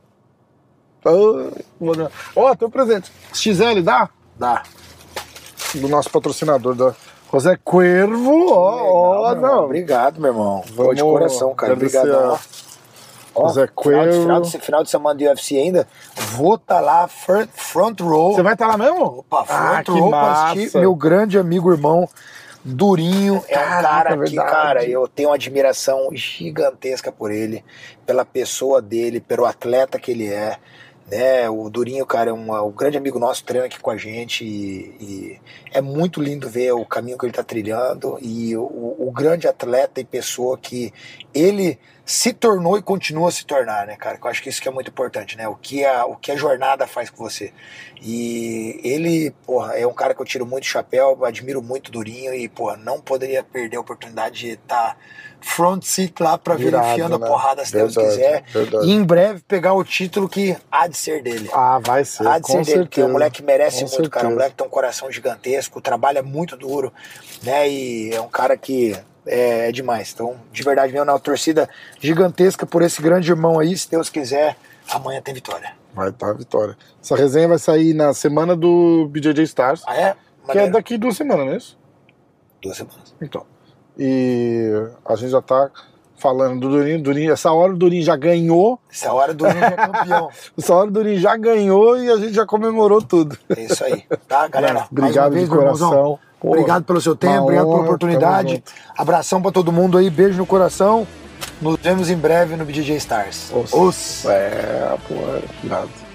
Ah, vou dar- Ó, tem um presente. X L, dá? Dá. Do nosso patrocinador, da José Cuervo, ó, ó, Legal, meu irmão. não. Obrigado, meu irmão. Pô, de Vamos coração, cara. agradecer Obrigado. a Ó, José final, de, Cuervo. final, de, final de semana de U F C ainda, vou estar lá, front, front row. Você vai estar lá mesmo? Opa, front Ah, que row pra assistir massa. meu grande amigo, irmão, Durinho é um Caraca, cara é que, verdade. cara, eu tenho uma admiração gigantesca por ele, pela pessoa dele, pelo atleta que ele é, né? O Durinho, cara, é um, um grande amigo nosso, treina aqui com a gente e, e é muito lindo ver o caminho que ele tá trilhando e o, o grande atleta e pessoa que ele se tornou e continua a se tornar, né, cara? Eu acho que isso que é muito importante, né? O que a, o que a jornada faz com você. E ele, porra, é um cara que eu tiro muito chapéu, admiro muito o Durinho e, porra, não poderia perder a oportunidade de estar front seat lá pra ver ele Irado, enfiando né? a porrada se Deus Verdade, quiser. verdade. E em breve pegar o título que há de ser dele. Ah, vai ser, Há de com ser dele, porque certeza. o moleque merece Com muito, cara. O certeza. moleque tem um coração gigantesco, trabalha muito duro, né? E é um cara que é, é demais. Então, de verdade mesmo, uma torcida gigantesca por esse grande irmão aí. Se Deus quiser, amanhã tem vitória. Vai estar a vitória. Essa resenha vai sair na semana do B J J Stars, Ah, é? que é Maneiro. daqui duas semanas, não é isso? Duas semanas. Então. E a gente já tá falando do Durinho. Durinho essa hora o Durinho já ganhou. Essa hora o Durinho já é campeão. Essa hora o Durinho já ganhou e a gente já comemorou tudo. É isso aí. Tá, galera? Obrigado mais uma vez, de meu irmãozão, coração. Pô, obrigado pelo seu tempo, uma obrigado pela honra, oportunidade. tamo junto. Abração pra todo mundo aí, beijo no coração. Nos vemos em breve no B J J Stars. Os. Os. É, pô, irado.